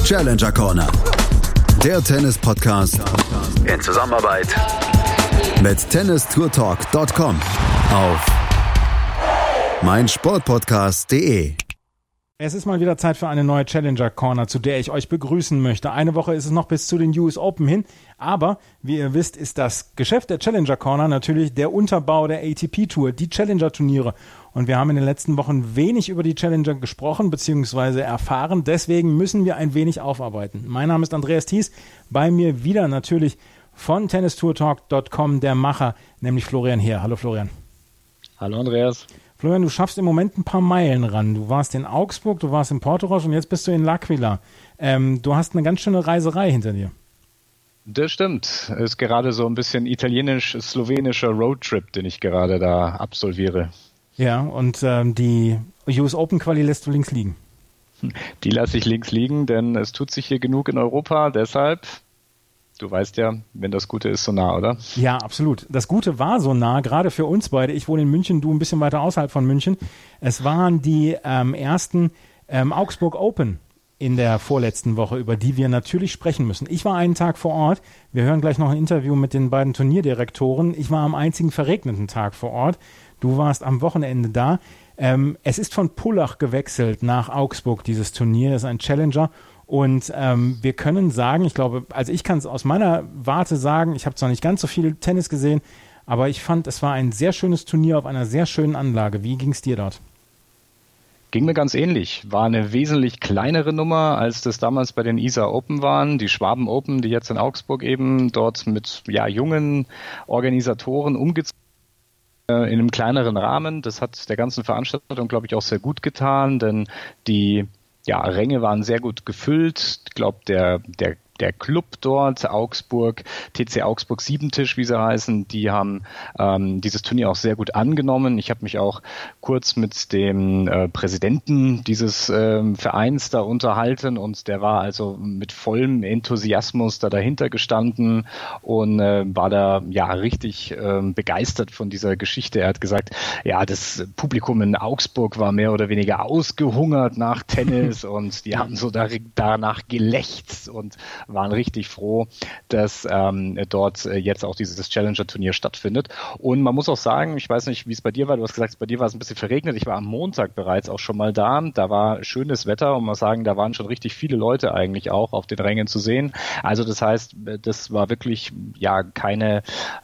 Challenger Corner. Der Tennis-Podcast in Zusammenarbeit mit tennistourtalk.com auf meinsportpodcast.de. Es ist mal wieder Zeit für eine neue Challenger Corner, zu der ich euch begrüßen möchte. Eine Woche ist es noch bis zu den US Open hin, aber wie ihr wisst, ist das Geschäft der Challenger Corner natürlich der Unterbau der ATP Tour, die Challenger Turniere. Und wir haben in den letzten Wochen wenig über die Challenger gesprochen bzw. erfahren, deswegen müssen wir ein wenig aufarbeiten. Mein Name ist Andreas Thies, bei mir wieder natürlich von tennistourtalk.com der Macher, nämlich Florian Heer. Hallo Florian. Hallo Andreas. Florian, du schaffst im Moment ein paar Meilen ran. Du warst in Augsburg, du warst in Portorož und jetzt bist du in L'Aquila. Du hast eine ganz schöne Reiserei hinter dir. Das stimmt. Ist gerade so ein bisschen italienisch-slowenischer Roadtrip, den ich gerade da absolviere. Ja, und die US Open Quali lässt du links liegen. Die lasse ich links liegen, denn es tut sich hier genug in Europa. Deshalb, du weißt ja, wenn das Gute ist, so nah, oder? Ja, absolut. Das Gute war so nah, gerade für uns beide. Ich wohne in München, du ein bisschen weiter außerhalb von München. Es waren die ersten Augsburg Open in der vorletzten Woche, über die wir natürlich sprechen müssen. Ich war einen Tag vor Ort. Wir hören gleich noch ein Interview mit den beiden Turnierdirektoren. Ich war am einzigen verregneten Tag vor Ort. Du warst am Wochenende da. Es ist von Pullach gewechselt nach Augsburg, dieses Turnier. Das ist ein Challenger. Und wir können sagen, ich glaube, also ich kann es aus meiner Warte sagen, ich habe zwar nicht ganz so viel Tennis gesehen, aber ich fand, es war ein sehr schönes Turnier auf einer sehr schönen Anlage. Wie ging es dir dort? Ging mir ganz ähnlich. War eine wesentlich kleinere Nummer, als das damals bei den Isar Open waren. Die Schwaben Open, die jetzt in Augsburg eben dort mit jungen Organisatoren umgezogen in einem kleineren Rahmen. Das hat der ganzen Veranstaltung, glaube ich, auch sehr gut getan, denn die Ränge waren sehr gut gefüllt. Ich glaube, der Club dort, Augsburg, TC Augsburg Siebentisch, wie sie heißen, die haben dieses Turnier auch sehr gut angenommen. Ich habe mich auch kurz mit dem Präsidenten dieses Vereins da unterhalten und der war also mit vollem Enthusiasmus da dahinter gestanden und war da richtig begeistert von dieser Geschichte. Er hat gesagt, ja, das Publikum in Augsburg war mehr oder weniger ausgehungert nach Tennis und die haben so danach gelächzt und waren richtig froh, dass dort jetzt auch dieses Challenger-Turnier stattfindet. Und man muss auch sagen, ich weiß nicht, wie es bei dir war, du hast gesagt, bei dir war es ein bisschen verregnet. Ich war am Montag bereits auch schon mal da. Da war schönes Wetter und man muss sagen, da waren schon richtig viele Leute eigentlich auch auf den Rängen zu sehen. Also das heißt, das war wirklich keine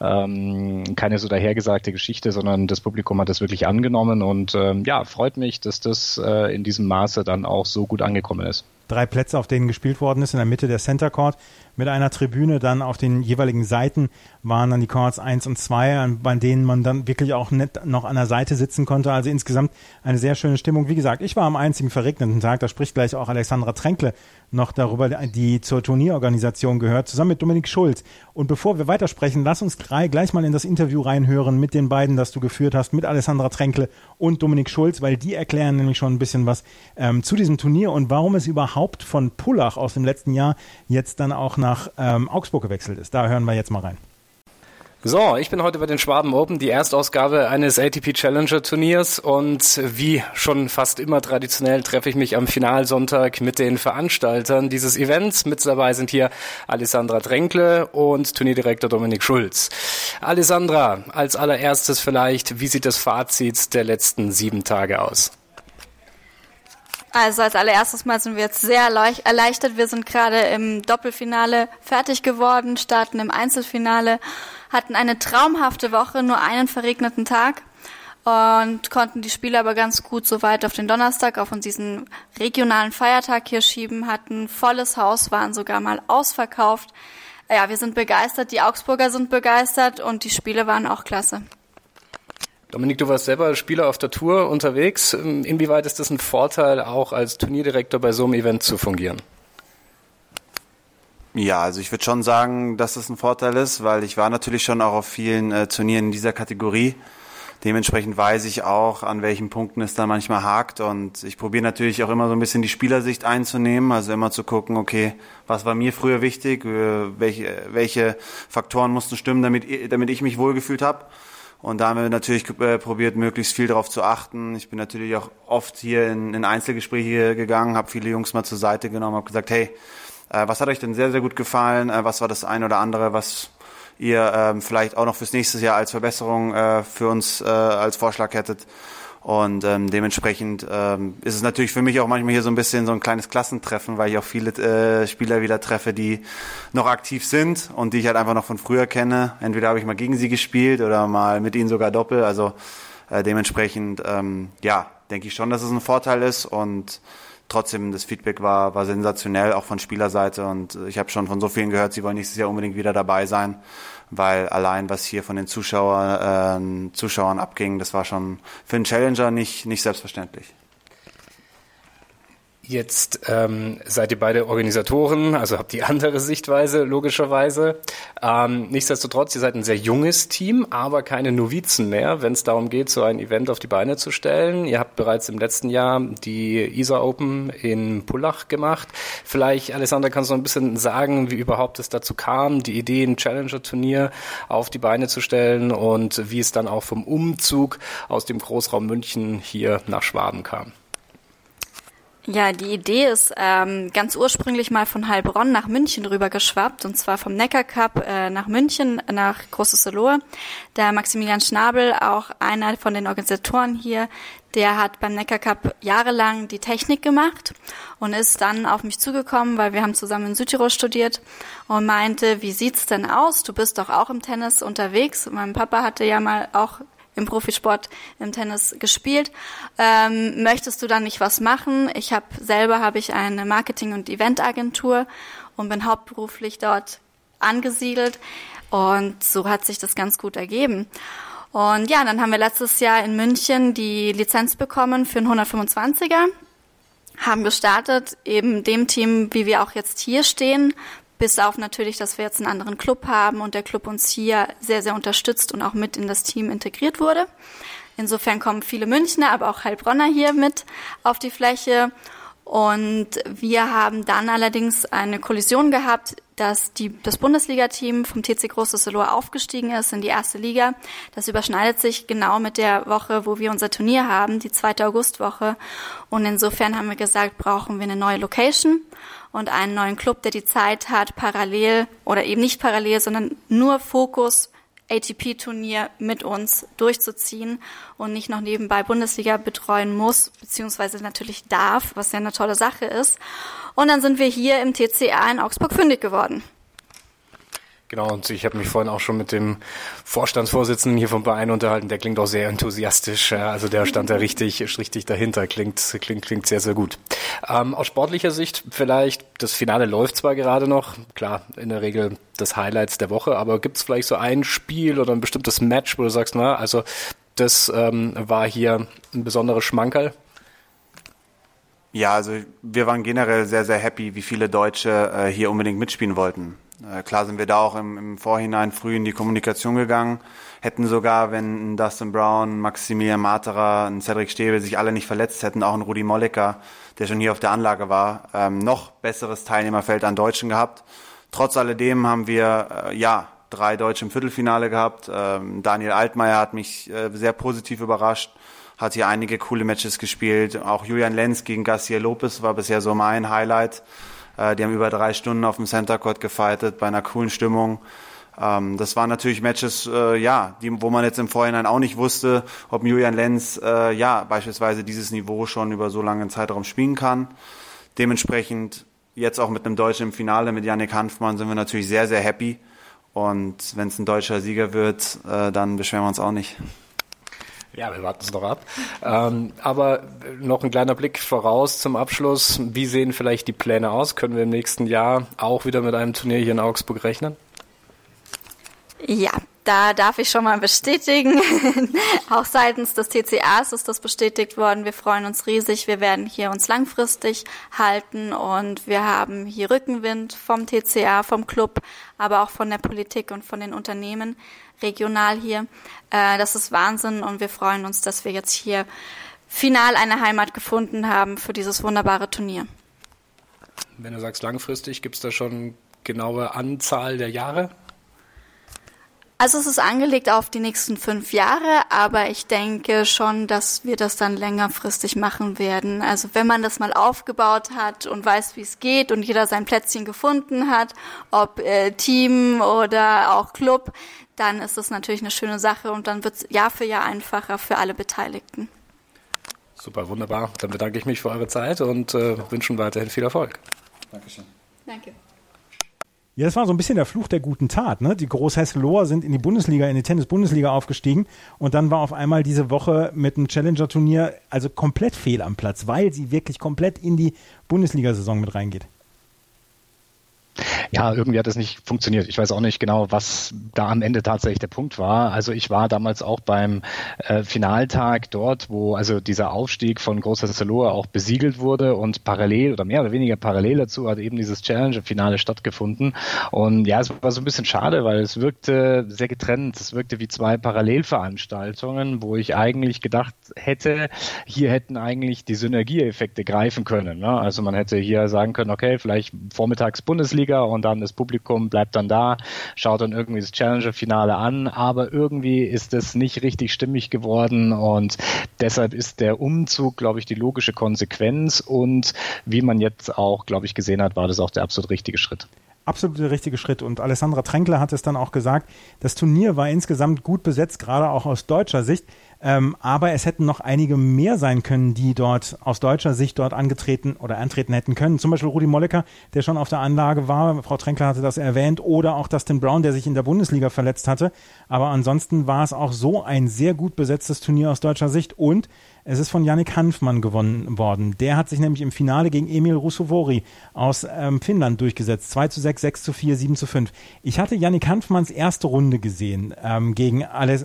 so dahergesagte Geschichte, sondern das Publikum hat das wirklich angenommen und freut mich, dass das in diesem Maße dann auch so gut angekommen ist. 3 Plätze, auf denen gespielt worden ist, in der Mitte der Center Court mit einer Tribüne. Dann auf den jeweiligen Seiten waren dann die Courts 1 und 2, bei denen man dann wirklich auch nett noch an der Seite sitzen konnte. Also insgesamt eine sehr schöne Stimmung. Wie gesagt, ich war am einzigen verregneten Tag, da spricht gleich auch Alexandra Tränkle noch darüber, die zur Turnierorganisation gehört, zusammen mit Dominik Schulz. Und bevor wir weitersprechen, lass uns gleich mal in das Interview reinhören mit den beiden, das du geführt hast, mit Alexandra Tränkle und Dominik Schulz, weil die erklären nämlich schon ein bisschen was zu diesem Turnier und warum es überhaupt von Pullach aus dem letzten Jahr jetzt dann auch nach Augsburg gewechselt ist. Da hören wir jetzt mal rein. So, ich bin heute bei den Schwaben Open, die Erstausgabe eines ATP Challenger Turniers und wie schon fast immer traditionell treffe ich mich am Finalsonntag mit den Veranstaltern dieses Events. Mit dabei sind hier Alessandra Tränkle und Turnierdirektor Dominik Schulz. Alessandra, als allererstes vielleicht, wie sieht das Fazit der letzten 7 Tage aus? Also als allererstes Mal sind wir jetzt sehr erleichtert. Wir sind gerade im Doppelfinale fertig geworden, starten im Einzelfinale, hatten eine traumhafte Woche, nur einen verregneten Tag und konnten die Spiele aber ganz gut so weit auf den Donnerstag, auf diesen regionalen Feiertag hier schieben, hatten volles Haus, waren sogar mal ausverkauft. Ja, wir sind begeistert, die Augsburger sind begeistert und die Spiele waren auch klasse. Dominik, du warst selber als Spieler auf der Tour unterwegs. Inwieweit ist das ein Vorteil, auch als Turnierdirektor bei so einem Event zu fungieren? Ja, also ich würde schon sagen, dass das ein Vorteil ist, weil ich war natürlich schon auch auf vielen Turnieren in dieser Kategorie. Dementsprechend weiß ich auch, an welchen Punkten es da manchmal hakt und ich probiere natürlich auch immer so ein bisschen die Spielersicht einzunehmen, also immer zu gucken, okay, was war mir früher wichtig, welche Faktoren mussten stimmen, damit ich mich wohlgefühlt habe. Und da haben wir natürlich probiert, möglichst viel darauf zu achten. Ich bin natürlich auch oft hier in Einzelgespräche gegangen, habe viele Jungs mal zur Seite genommen, habe gesagt, hey, was hat euch denn sehr, sehr gut gefallen? Was war das eine oder andere, was ihr vielleicht auch noch fürs nächste Jahr als Verbesserung für uns als Vorschlag hättet? Und dementsprechend ist es natürlich für mich auch manchmal hier so ein bisschen so ein kleines Klassentreffen, weil ich auch viele Spieler wieder treffe, die noch aktiv sind und die ich halt einfach noch von früher kenne. Entweder habe ich mal gegen sie gespielt oder mal mit ihnen sogar Doppel. Also dementsprechend, denke ich schon, dass es ein Vorteil ist. Und trotzdem, das Feedback war sensationell, auch von Spielerseite. Und ich habe schon von so vielen gehört, sie wollen nächstes Jahr unbedingt wieder dabei sein. Weil allein, was hier von den Zuschauern abging, das war schon für einen Challenger nicht selbstverständlich. Jetzt seid ihr beide Organisatoren, also habt die andere Sichtweise, logischerweise. Nichtsdestotrotz, ihr seid ein sehr junges Team, aber keine Novizen mehr, wenn es darum geht, so ein Event auf die Beine zu stellen. Ihr habt bereits im letzten Jahr die Isar Open in Pullach gemacht. Vielleicht, Alexander, kannst du noch ein bisschen sagen, wie überhaupt es dazu kam, die Idee, ein Challenger-Turnier auf die Beine zu stellen und wie es dann auch vom Umzug aus dem Großraum München hier nach Schwaben kam? Ja, die Idee ist ganz ursprünglich mal von Heilbronn nach München rüber geschwappt, und zwar vom Neckar-Cup nach München, nach Großes Soloe. Der Maximilian Schnabel, auch einer von den Organisatoren hier, der hat beim Neckar-Cup jahrelang die Technik gemacht und ist dann auf mich zugekommen, weil wir haben zusammen in Südtirol studiert, und meinte, wie sieht's denn aus? Du bist doch auch im Tennis unterwegs. Mein Papa hatte ja mal auch im Profisport im Tennis gespielt. Möchtest du dann nicht was machen? Ich habe eine Marketing- und Eventagentur und bin hauptberuflich dort angesiedelt, und so hat sich das ganz gut ergeben. Und ja, dann haben wir letztes Jahr in München die Lizenz bekommen für einen 125er, haben gestartet, eben dem Team, wie wir auch jetzt hier stehen, bis auf natürlich, dass wir jetzt einen anderen Club haben und der Club uns hier sehr, sehr unterstützt und auch mit in das Team integriert wurde. Insofern kommen viele Münchner, aber auch Heilbronner hier mit auf die Fläche. Und wir haben dann allerdings eine Kollision gehabt, dass das Bundesliga-Team vom TC Großes Soloe aufgestiegen ist in die erste Liga. Das überschneidet sich genau mit der Woche, wo wir unser Turnier haben, die 2. Augustwoche. Und insofern haben wir gesagt, brauchen wir eine neue Location und einen neuen Club, der die Zeit hat, parallel oder eben nicht parallel, sondern nur Fokus ATP-Turnier mit uns durchzuziehen und nicht noch nebenbei Bundesliga betreuen muss, beziehungsweise natürlich darf, was ja eine tolle Sache ist. Und dann sind wir hier im TCA in Augsburg fündig geworden. Genau, und ich habe mich vorhin auch schon mit dem Vorstandsvorsitzenden hier vom Verein unterhalten. Der klingt auch sehr enthusiastisch. Also der stand da richtig dahinter. Klingt sehr, sehr gut. Aus sportlicher Sicht vielleicht, das Finale läuft zwar gerade noch, klar, in der Regel das Highlights der Woche, aber gibt es vielleicht so ein Spiel oder ein bestimmtes Match, wo du sagst, na, also das war hier ein besonderes Schmankerl? Ja, also wir waren generell sehr, sehr happy, wie viele Deutsche hier unbedingt mitspielen wollten. Klar sind wir da auch im Vorhinein früh in die Kommunikation gegangen, hätten sogar, wenn Dustin Brown, Maximilian Materer, Cedric Stäbe sich alle nicht verletzt hätten, auch ein Rudi Mollecker, der schon hier auf der Anlage war, noch besseres Teilnehmerfeld an Deutschen gehabt. Trotz alledem haben wir 3 Deutsche im Viertelfinale gehabt. Daniel Altmaier hat mich sehr positiv überrascht, hat hier einige coole Matches gespielt. Auch Julian Lenz gegen Garcia Lopez war bisher so mein Highlight. Die haben über 3 Stunden auf dem Center Court gefightet, bei einer coolen Stimmung. Das waren natürlich Matches, wo man jetzt im Vorhinein auch nicht wusste, ob Julian Lenz beispielsweise dieses Niveau schon über so langen Zeitraum spielen kann. Dementsprechend jetzt auch mit einem Deutschen im Finale, mit Yannick Hanfmann, sind wir natürlich sehr, sehr happy. Und wenn es ein deutscher Sieger wird, dann beschweren wir uns auch nicht. Ja, wir warten es noch ab. Aber noch ein kleiner Blick voraus zum Abschluss. Wie sehen vielleicht die Pläne aus? Können wir im nächsten Jahr auch wieder mit einem Turnier hier in Augsburg rechnen? Ja, da darf ich schon mal bestätigen. Auch seitens des TCAs ist das bestätigt worden. Wir freuen uns riesig. Wir werden hier uns langfristig halten und wir haben hier Rückenwind vom TCA, vom Club, aber auch von der Politik und von den Unternehmen regional hier. Das ist Wahnsinn und wir freuen uns, dass wir jetzt hier final eine Heimat gefunden haben für dieses wunderbare Turnier. Wenn du sagst langfristig, gibt es da schon genaue Anzahl der Jahre? Also es ist angelegt auf die nächsten 5 Jahre, aber ich denke schon, dass wir das dann längerfristig machen werden. Also wenn man das mal aufgebaut hat und weiß, wie es geht und jeder sein Plätzchen gefunden hat, ob Team oder auch Club, dann ist das natürlich eine schöne Sache und dann wird es Jahr für Jahr einfacher für alle Beteiligten. Super, wunderbar. Dann bedanke ich mich für eure Zeit und wünsche weiterhin viel Erfolg. Dankeschön. Danke. Ja, das war so ein bisschen der Fluch der guten Tat, ne? Die Großhesseloher sind in die Bundesliga, in die Tennis-Bundesliga aufgestiegen und dann war auf einmal diese Woche mit einem Challenger-Turnier also komplett fehl am Platz, weil sie wirklich komplett in die Bundesliga-Saison mit reingeht. Ja, irgendwie hat es nicht funktioniert. Ich weiß auch nicht genau, was da am Ende tatsächlich der Punkt war. Also ich war damals auch beim Finaltag dort, wo also dieser Aufstieg von Großhesselohe auch besiegelt wurde und parallel oder mehr oder weniger parallel dazu hat eben dieses Challenger-Finale stattgefunden. Und ja, es war so ein bisschen schade, weil es wirkte sehr getrennt. Es wirkte wie 2 Parallelveranstaltungen, wo ich eigentlich gedacht hätte, hier hätten eigentlich die Synergieeffekte greifen können. Ne? Also man hätte hier sagen können, okay, vielleicht vormittags Bundesliga und dann das Publikum bleibt dann da, schaut dann irgendwie das Challenger-Finale an, aber irgendwie ist es nicht richtig stimmig geworden und deshalb ist der Umzug, glaube ich, die logische Konsequenz und wie man jetzt auch, glaube ich, gesehen hat, war das auch der absolut richtige Schritt. Absolut der richtige Schritt und Alessandra Tränkler hat es dann auch gesagt, das Turnier war insgesamt gut besetzt, gerade auch aus deutscher Sicht, aber es hätten noch einige mehr sein können, die dort aus deutscher Sicht dort antreten hätten können. Zum Beispiel Rudi Molleker, der schon auf der Anlage war, Frau Tränkler hatte das erwähnt, oder auch Dustin Brown, der sich in der Bundesliga verletzt hatte, aber ansonsten war es auch so ein sehr gut besetztes Turnier aus deutscher Sicht und es ist von Jannik Hanfmann gewonnen worden. Der hat sich nämlich im Finale gegen Emil Ruusuvuori aus Finnland durchgesetzt. 2:6, 6:4, 7:5. Ich hatte Jannik Hanfmanns erste Runde gesehen gegen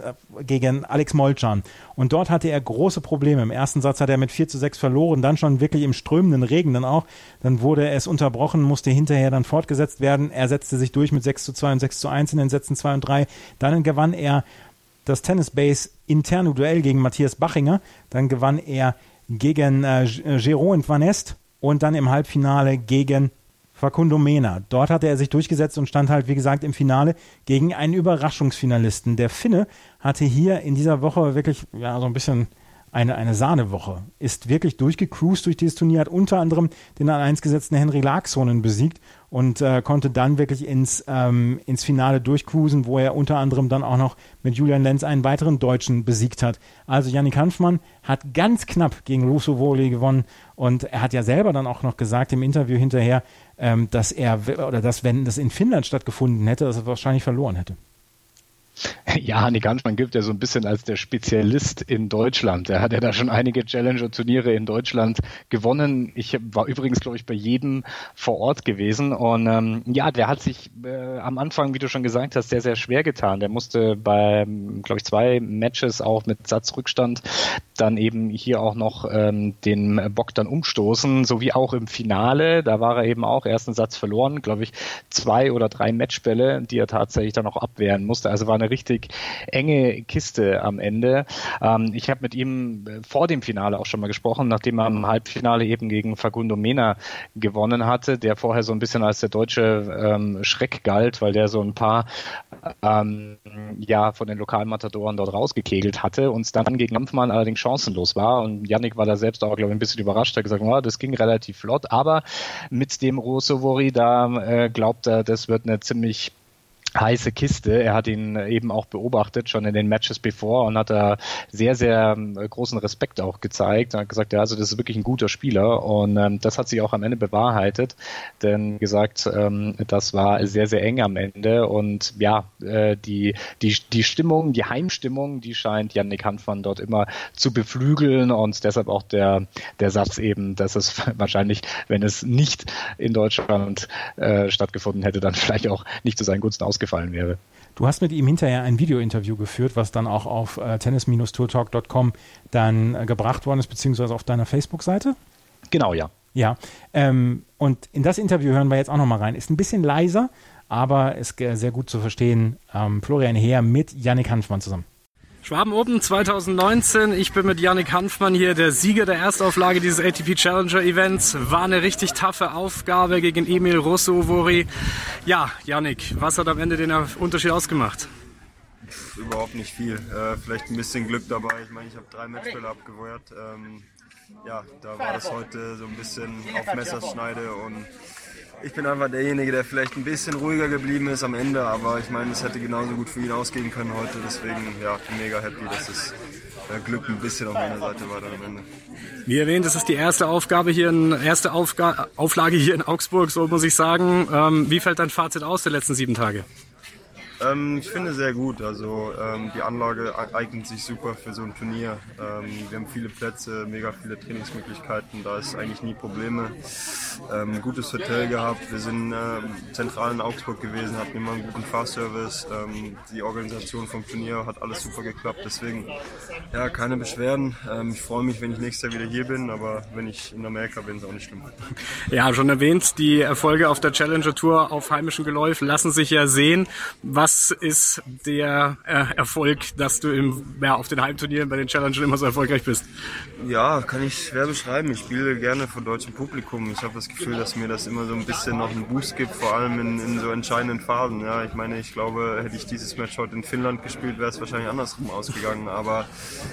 Alex Molcan. Und dort hatte er große Probleme. Im ersten Satz hat er mit 4:6 verloren, dann schon wirklich im strömenden Regen dann auch. Dann wurde es unterbrochen, musste hinterher dann fortgesetzt werden. Er setzte sich durch mit 6:2 und 6:1 in den Sätzen 2 und 3. Dann gewann er das Tennis-Base interne Duell gegen Matthias Bachinger. Dann gewann er gegen Jérôme Van Est und dann im Halbfinale gegen Facundo Mena. Dort hatte er sich durchgesetzt und stand halt, wie gesagt, im Finale gegen einen Überraschungsfinalisten. Der Finne hatte hier in dieser Woche wirklich so ein bisschen eine Sahnewoche. Ist wirklich durchgecruised durch dieses Turnier, hat unter anderem den an 1 gesetzten Henri Laaksonen besiegt und konnte dann wirklich ins Finale durchcruisen, wo er unter anderem dann auch noch mit Julian Lenz einen weiteren Deutschen besiegt hat. Also Jannik Hanfmann hat ganz knapp gegen Ruusuvuori gewonnen und er hat ja selber dann auch noch gesagt im Interview hinterher, dass wenn das in Finnland stattgefunden hätte, dass er wahrscheinlich verloren hätte. Ja, Jannik Hanfmann gilt ja so ein bisschen als der Spezialist in Deutschland. Er hat ja da schon einige Challenger-Turniere in Deutschland gewonnen. Ich war übrigens, glaube ich, bei jedem vor Ort gewesen. Und der hat sich am Anfang, wie du schon gesagt hast, sehr, sehr schwer getan. Der musste bei, glaube ich, 2 Matches auch mit Satzrückstand dann eben hier auch noch den Bock dann umstoßen, sowie auch im Finale. Da war er eben auch ersten Satz verloren, glaube ich, 2 oder 3 Matchbälle, die er tatsächlich dann auch abwehren musste. Also war eine richtig enge Kiste am Ende. Ich habe mit ihm vor dem Finale auch schon mal gesprochen, nachdem er im Halbfinale eben gegen Facundo Mena gewonnen hatte, der vorher so ein bisschen als der deutsche Schreck galt, weil der so ein paar von den Lokalmatadoren dort rausgekegelt hatte und dann gegen Hanfmann allerdings chancenlos war. Und Jannik war da selbst auch, glaube ich, ein bisschen überrascht. Er hat gesagt, das ging relativ flott, aber mit dem Ruusuvuori, da glaubt er, das wird eine ziemlich heiße Kiste. Er hat ihn eben auch beobachtet, schon in den Matches bevor und hat da sehr, sehr großen Respekt auch gezeigt. Er hat gesagt, ja, also das ist wirklich ein guter Spieler und das hat sich auch am Ende bewahrheitet, denn gesagt, das war sehr, sehr eng am Ende und ja, die Stimmung, die Heimstimmung, die scheint Jannik Hanfmann dort immer zu beflügeln und deshalb auch der Satz eben, dass es wahrscheinlich, wenn es nicht in Deutschland stattgefunden hätte, dann vielleicht auch nicht zu seinen Gunsten ausgefallen wäre. Du hast mit ihm hinterher ein Video-Interview geführt, was dann auch auf tennis-tourtalk.com dann gebracht worden ist, beziehungsweise auf deiner Facebook-Seite? Genau, ja. Ja, und in das Interview hören wir jetzt auch nochmal rein. Ist ein bisschen leiser, aber ist sehr gut zu verstehen. Florian Heer mit Jannik Hanfmann zusammen. Schwaben Open 2019. Ich bin mit Jannik Hanfmann hier, der Sieger der Erstauflage dieses ATP Challenger Events. War eine richtig taffe Aufgabe gegen Emil Ruusuvuori. Ja, Jannik, was hat am Ende den Unterschied ausgemacht? Überhaupt nicht viel. Vielleicht ein bisschen Glück dabei. Ich meine, ich habe 3 Matchbälle abgewehrt. Da war das heute so ein bisschen auf Messerschneide und ich bin einfach derjenige, der vielleicht ein bisschen ruhiger geblieben ist am Ende, aber ich meine, es hätte genauso gut für ihn ausgehen können heute, deswegen mega happy, dass das Glück ein bisschen auf meiner Seite war dann am Ende. Wie erwähnt, das ist die erste Auflage hier in Augsburg, so muss ich sagen. Wie fällt dein Fazit aus der letzten 7 Tage? Ich finde sehr gut, also die Anlage eignet sich super für so ein Turnier. Wir haben viele Plätze, mega viele Trainingsmöglichkeiten, da ist eigentlich nie Probleme. Gutes Hotel gehabt, wir sind zentral in Augsburg gewesen, hatten immer einen guten Fahrservice. Die Organisation vom Turnier hat alles super geklappt, deswegen keine Beschwerden. Ich freue mich, wenn ich nächstes Jahr wieder hier bin, aber wenn ich in Amerika bin, ist auch nicht schlimm. Ja, schon erwähnt, die Erfolge auf der Challenger Tour auf heimischem Geläuf lassen sich ja sehen. Was ist der Erfolg, dass du auf den Heimturnieren bei den Challengern immer so erfolgreich bist? Ja, kann ich schwer beschreiben. Ich spiele gerne vor deutschem Publikum. Ich habe das Gefühl, dass mir das immer so ein bisschen noch einen Boost gibt, vor allem in so entscheidenden Phasen. Ja, ich meine, ich glaube, hätte ich dieses Match heute in Finnland gespielt, wäre es wahrscheinlich andersrum ausgegangen. Aber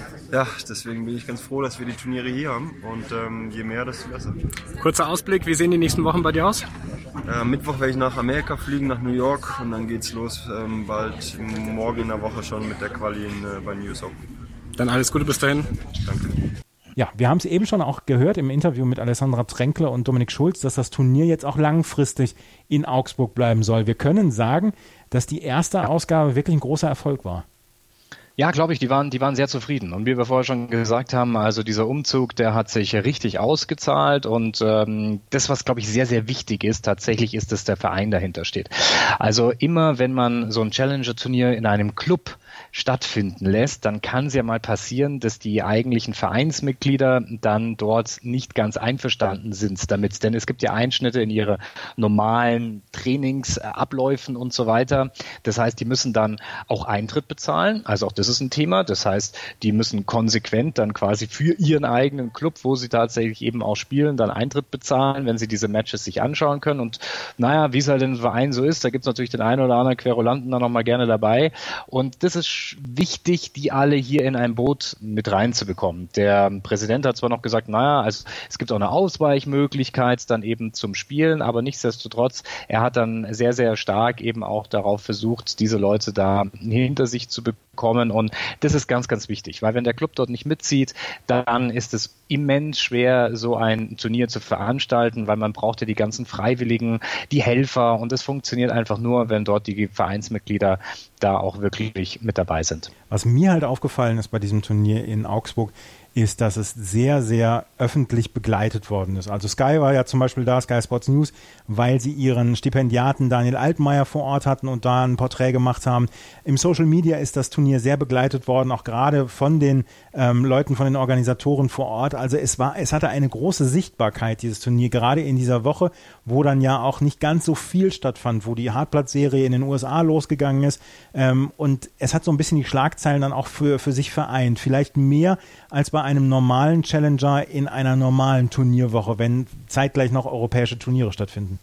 deswegen bin ich ganz froh, dass wir die Turniere hier haben und je mehr, desto besser. Kurzer Ausblick, wie sehen die nächsten Wochen bei dir aus? Mittwoch werde ich nach Amerika fliegen, nach New York und dann geht's los bald morgen in der Woche schon mit der Quali bei US Open. Dann alles Gute bis dahin. Danke. Ja, wir haben es eben schon auch gehört im Interview mit Alessandra Tränkle und Dominik Schulz, dass das Turnier jetzt auch langfristig in Augsburg bleiben soll. Wir können sagen, dass die erste Ausgabe wirklich ein großer Erfolg war. Ja, glaube ich, die waren sehr zufrieden. Und wie wir vorher schon gesagt haben, also dieser Umzug, der hat sich richtig ausgezahlt. Und das, was, glaube ich, sehr, sehr wichtig ist, tatsächlich ist, dass der Verein dahinter steht. Also immer, wenn man so ein Challenger-Turnier in einem Club stattfinden lässt, dann kann es ja mal passieren, dass die eigentlichen Vereinsmitglieder dann dort nicht ganz einverstanden sind damit. Denn es gibt ja Einschnitte in ihre normalen Trainingsabläufen und so weiter. Das heißt, die müssen dann auch Eintritt bezahlen. Also auch das ist ein Thema. Das heißt, die müssen konsequent dann quasi für ihren eigenen Club, wo sie tatsächlich eben auch spielen, dann Eintritt bezahlen, wenn sie diese Matches sich anschauen können. Und wie es halt in einem Verein so ist, da gibt es natürlich den einen oder anderen Querulanten dann nochmal gerne dabei. Und das ist wichtig, die alle hier in ein Boot mit reinzubekommen. Der Präsident hat zwar noch gesagt, also es gibt auch eine Ausweichmöglichkeit dann eben zum Spielen, aber nichtsdestotrotz, er hat dann sehr, sehr stark eben auch darauf versucht, diese Leute da hinter sich zu bekommen und das ist ganz, ganz wichtig, weil wenn der Club dort nicht mitzieht, dann ist es immens schwer, so ein Turnier zu veranstalten, weil man braucht ja die ganzen Freiwilligen, die Helfer und das funktioniert einfach nur, wenn dort die Vereinsmitglieder da auch wirklich mit dabei sind. Was mir halt aufgefallen ist bei diesem Turnier in Augsburg, ist, dass es sehr, sehr öffentlich begleitet worden ist. Also Sky war ja zum Beispiel da, Sky Sports News, weil sie ihren Stipendiaten Daniel Altmaier vor Ort hatten und da ein Porträt gemacht haben. Im Social Media ist das Turnier sehr begleitet worden, auch gerade von den Leuten, von den Organisatoren vor Ort. Also es hatte eine große Sichtbarkeit, dieses Turnier, gerade in dieser Woche, wo dann ja auch nicht ganz so viel stattfand, wo die Hartplatzserie in den USA losgegangen ist. Und es hat so ein bisschen die Schlagzeilen dann auch für sich vereint. Vielleicht mehr als bei einem normalen Challenger in einer normalen Turnierwoche, wenn zeitgleich noch europäische Turniere stattfinden.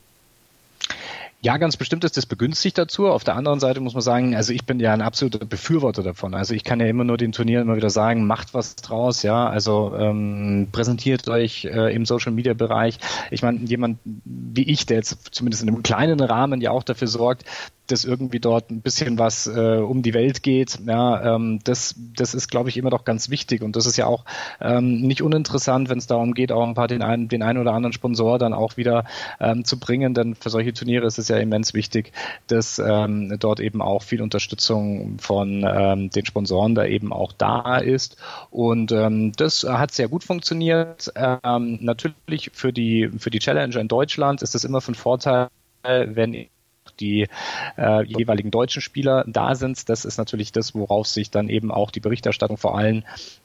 Ja, ganz bestimmt ist das begünstigt dazu. Auf der anderen Seite muss man sagen, also ich bin ja ein absoluter Befürworter davon. Also ich kann ja immer nur den Turnieren immer wieder sagen, macht was draus, ja. Also präsentiert euch im Social-Media-Bereich. Ich meine, jemand wie ich, der jetzt zumindest in einem kleinen Rahmen ja auch dafür sorgt, dass irgendwie dort ein bisschen was um die Welt geht, das ist, glaube ich, immer doch ganz wichtig und das ist ja auch nicht uninteressant, wenn es darum geht, auch ein paar den einen oder anderen Sponsor dann auch wieder zu bringen, denn für solche Turniere ist es ja immens wichtig, dass dort eben auch viel Unterstützung von den Sponsoren da eben auch da ist und das hat sehr gut funktioniert. Natürlich für die Challenger in Deutschland ist es immer von Vorteil, wenn die jeweiligen deutschen Spieler da sind. Das ist natürlich das, worauf sich dann eben auch die Berichterstattung vor allem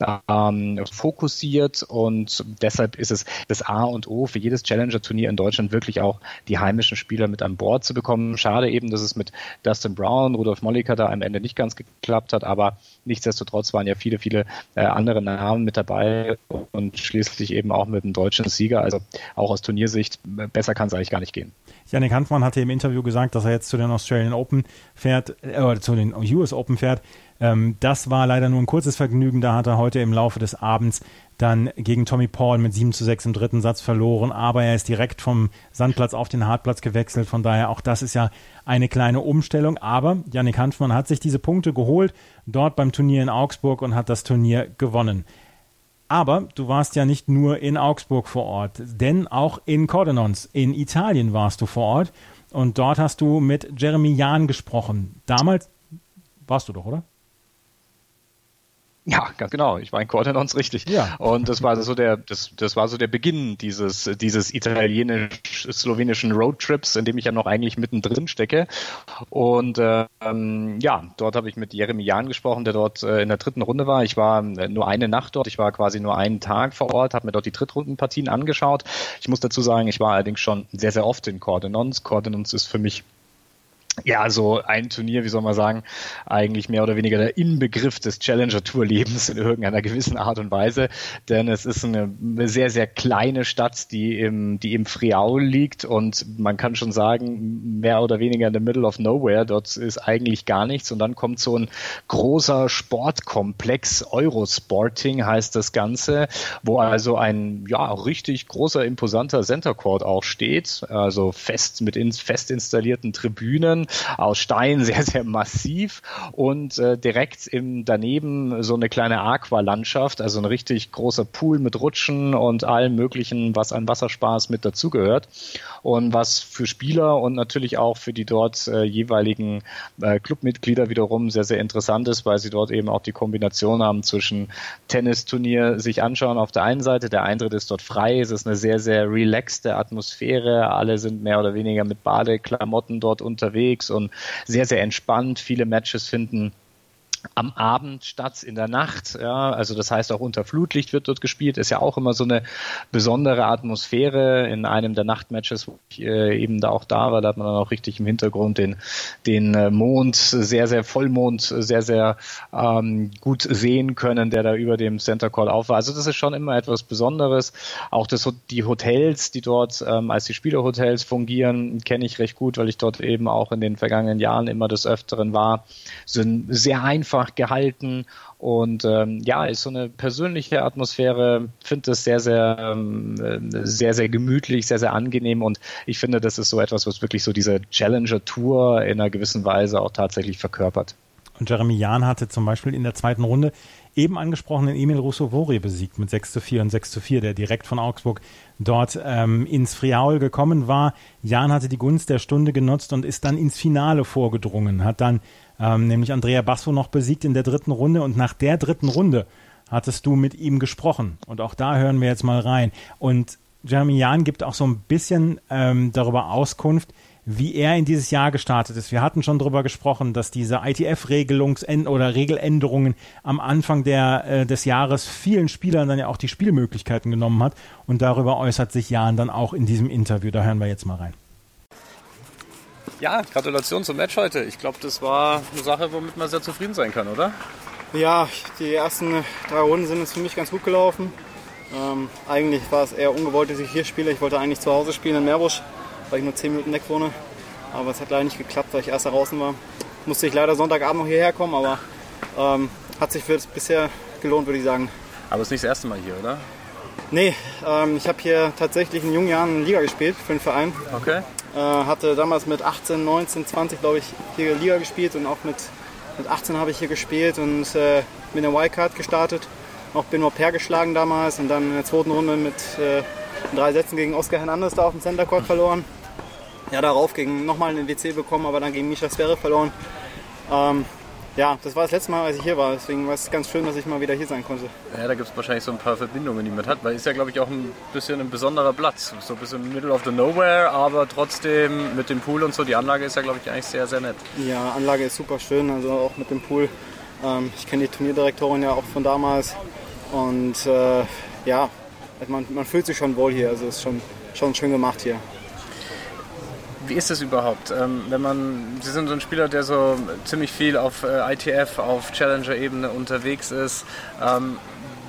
fokussiert und deshalb ist es das A und O für jedes Challenger-Turnier in Deutschland wirklich auch die heimischen Spieler mit an Bord zu bekommen. Schade eben, dass es mit Dustin Brown, Rudolf Molliker da am Ende nicht ganz geklappt hat, aber nichtsdestotrotz waren ja viele, viele andere Namen mit dabei und schließlich eben auch mit dem deutschen Sieger. Also auch aus Turniersicht, besser kann es eigentlich gar nicht gehen. Jannik Hanfmann hatte im Interview gesagt, gesagt, dass er jetzt zu den Australian Open fährt, oder zu den US Open fährt. Das war leider nur ein kurzes Vergnügen. Da hat er heute im Laufe des Abends dann gegen Tommy Paul mit 7-6 im dritten Satz verloren. Aber er ist direkt vom Sandplatz auf den Hartplatz gewechselt. Von daher, auch das ist ja eine kleine Umstellung. Aber Yannick Hanfmann hat sich diese Punkte geholt, dort beim Turnier in Augsburg, und hat das Turnier gewonnen. Aber du warst ja nicht nur in Augsburg vor Ort, denn auch in Cordenons in Italien warst du vor Ort. Und dort hast du mit Jeremy Jahn gesprochen. Damals warst du doch, oder? Ja, ganz genau. Ich war in Cordenons, richtig. Ja. Und das war so der Beginn dieses italienisch-slowenischen Roadtrips, in dem ich ja noch eigentlich mittendrin stecke. Und dort habe ich mit Jeremy Jahn gesprochen, der dort in der dritten Runde war. Ich war nur eine Nacht dort. Ich war quasi nur einen Tag vor Ort, habe mir dort die Drittrundenpartien angeschaut. Ich muss dazu sagen, ich war allerdings schon sehr, sehr oft in Cordenons. Cordenons ist für mich so ein Turnier, wie soll man sagen, eigentlich mehr oder weniger der Inbegriff des Challenger-Tour-Lebens in irgendeiner gewissen Art und Weise, denn es ist eine sehr, sehr kleine Stadt, die im Friaul liegt, und man kann schon sagen, mehr oder weniger in the middle of nowhere. Dort ist eigentlich gar nichts, und dann kommt so ein großer Sportkomplex, Eurosporting heißt das Ganze, wo also ein richtig großer, imposanter Center Court auch steht, also fest installierten Tribünen aus Stein, sehr, sehr massiv, und direkt daneben so eine kleine Aqualandschaft, also ein richtig großer Pool mit Rutschen und allem Möglichen, was an Wasserspaß mit dazugehört, und was für Spieler und natürlich auch für die dort jeweiligen Clubmitglieder wiederum sehr, sehr interessant ist, weil sie dort eben auch die Kombination haben zwischen Tennisturnier sich anschauen auf der einen Seite, der Eintritt ist dort frei, es ist eine sehr, sehr relaxte Atmosphäre, alle sind mehr oder weniger mit Badeklamotten dort unterwegs und sehr, sehr entspannt. Viele Matches finden am Abend statt, in der Nacht, also das heißt auch unter Flutlicht wird dort gespielt, ist ja auch immer so eine besondere Atmosphäre. In einem der Nachtmatches, wo ich eben da auch da war, da hat man dann auch richtig im Hintergrund den Mond, sehr, sehr Vollmond, sehr, sehr gut sehen können, der da über dem Center Court auf war. Also das ist schon immer etwas Besonderes. Auch die Hotels, die dort als die Spielerhotels fungieren, kenne ich recht gut, weil ich dort eben auch in den vergangenen Jahren immer des Öfteren war, sind sehr einfach gehalten und ist so eine persönliche Atmosphäre, finde das sehr, sehr, sehr, sehr gemütlich, sehr, sehr angenehm, und ich finde, das ist so etwas, was wirklich so diese Challenger-Tour in einer gewissen Weise auch tatsächlich verkörpert. Und Jeremy Jahn hatte zum Beispiel in der zweiten Runde eben angesprochenen Emil Ruusuvuori besiegt mit 6-4 und 6-4, der direkt von Augsburg dort ins Friaul gekommen war. Jahn hatte die Gunst der Stunde genutzt und ist dann ins Finale vorgedrungen, hat dann nämlich Andrea Basso noch besiegt in der dritten Runde, und nach der dritten Runde hattest du mit ihm gesprochen, und auch da hören wir jetzt mal rein. Und Jeremy Jahn gibt auch so ein bisschen darüber Auskunft, wie er in dieses Jahr gestartet ist. Wir hatten schon darüber gesprochen, dass diese ITF-Regeländerungen am Anfang des Jahres vielen Spielern dann ja auch die Spielmöglichkeiten genommen hat, und darüber äußert sich Jahn dann auch in diesem Interview. Da hören wir jetzt mal rein. Ja, Gratulation zum Match heute. Ich glaube, das war eine Sache, womit man sehr zufrieden sein kann, oder? Ja, die ersten 3 Runden sind es für mich ganz gut gelaufen. Eigentlich war es eher ungewollt, dass ich hier spiele. Ich wollte eigentlich zu Hause spielen in Meerbusch, weil ich nur 10 Minuten weg wohne. Aber es hat leider nicht geklappt, weil ich erst da draußen war. Musste ich leider Sonntagabend noch hierher kommen, aber hat sich für das bisher gelohnt, würde ich sagen. Aber es ist nicht das erste Mal hier, oder? Nee, ich habe hier tatsächlich in jungen Jahren in Liga gespielt für den Verein. Okay. Hatte damals mit 18, 19, 20, glaube ich, hier Liga gespielt, und auch mit 18 habe ich hier gespielt und bin in der Wildcard gestartet. Auch bin au pair geschlagen damals, und dann in der zweiten Runde mit 3 Sätzen gegen Oskar Hernandez da auf dem Center Court verloren. Ja, darauf nochmal einen WC bekommen, aber dann gegen Mischa Zverev verloren. Das war das letzte Mal, als ich hier war. Deswegen war es ganz schön, dass ich mal wieder hier sein konnte. Ja, da gibt es wahrscheinlich so ein paar Verbindungen, die man hat. Weil ist ja, glaube ich, auch ein bisschen ein besonderer Platz. So ein bisschen middle of the nowhere, aber trotzdem mit dem Pool und so. Die Anlage ist ja, glaube ich, eigentlich sehr, sehr nett. Ja, Anlage ist super schön, also auch mit dem Pool. Ich kenne die Turnierdirektorin ja auch von damals. Und man fühlt sich schon wohl hier. Also es ist schon schön gemacht hier. Wie ist das überhaupt? Sie sind so ein Spieler, der so ziemlich viel auf ITF, auf Challenger-Ebene unterwegs ist.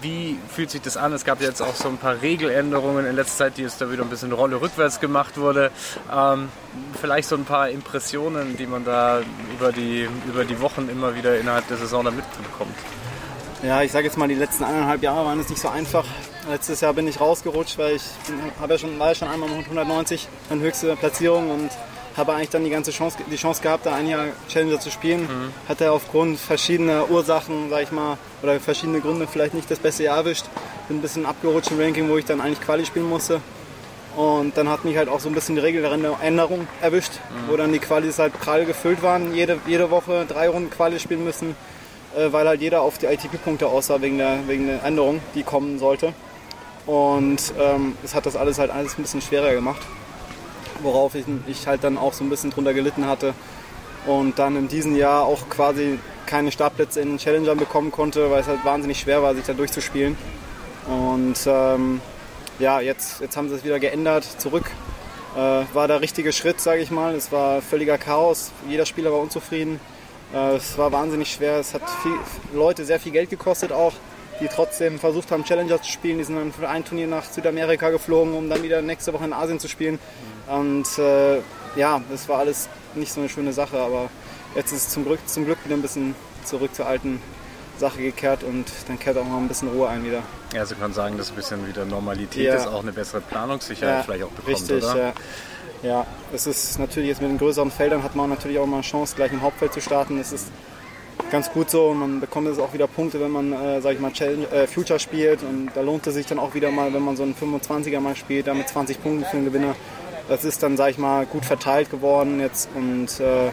Wie fühlt sich das an? Es gab jetzt auch so ein paar Regeländerungen in letzter Zeit, die jetzt da wieder ein bisschen Rolle rückwärts gemacht wurde. Vielleicht so ein paar Impressionen, die man da über die Wochen immer wieder innerhalb der Saison da mitbekommt. Ja, ich sage jetzt mal, die letzten 1,5 Jahre waren es nicht so einfach. Letztes Jahr bin ich rausgerutscht, weil war ja schon einmal mit 190 an höchste Platzierung und habe eigentlich dann die Chance gehabt, da ein Jahr Challenger zu spielen. Hatte aufgrund verschiedener Ursachen, sag ich mal, oder verschiedene Gründe vielleicht nicht das beste Jahr erwischt. Bin ein bisschen abgerutscht im Ranking, wo ich dann eigentlich Quali spielen musste. Und dann hat mich halt auch so ein bisschen die Regeländerung erwischt, wo dann die Qualis halt prall gefüllt waren. Jede Woche 3 Runden Quali spielen müssen, weil halt jeder auf die ITP-Punkte aussah wegen der Änderung, die kommen sollte. Und das hat das alles ein bisschen schwerer gemacht, worauf ich halt dann auch so ein bisschen drunter gelitten hatte und dann in diesem Jahr auch quasi keine Startplätze in den Challengern bekommen konnte, weil es halt wahnsinnig schwer war, sich da durchzuspielen. Und jetzt haben sie es wieder geändert, zurück. War der richtige Schritt, sage ich mal. Es war völliger Chaos, jeder Spieler war unzufrieden. Es war wahnsinnig schwer, es hat Leute sehr viel Geld gekostet auch, die trotzdem versucht haben, Challenger zu spielen. Die sind dann für ein Turnier nach Südamerika geflogen, um dann wieder nächste Woche in Asien zu spielen. Und das war alles nicht so eine schöne Sache, aber jetzt ist es zum Glück wieder ein bisschen zurück zur alten Sache gekehrt und dann kehrt auch noch ein bisschen Ruhe ein wieder. Ja, Sie können sagen, dass ein bisschen wieder Normalität ist, auch eine bessere Planungssicherheit vielleicht auch bekommt, richtig, oder? Ja, es ist natürlich jetzt mit den größeren Feldern hat man natürlich auch mal eine Chance, gleich im Hauptfeld zu starten. Das ist ganz gut so und man bekommt jetzt auch wieder Punkte, wenn man, Future spielt und da lohnt es sich dann auch wieder mal, wenn man so einen 25er mal spielt, da mit 20 Punkten für den Gewinner. Das ist dann, gut verteilt geworden jetzt und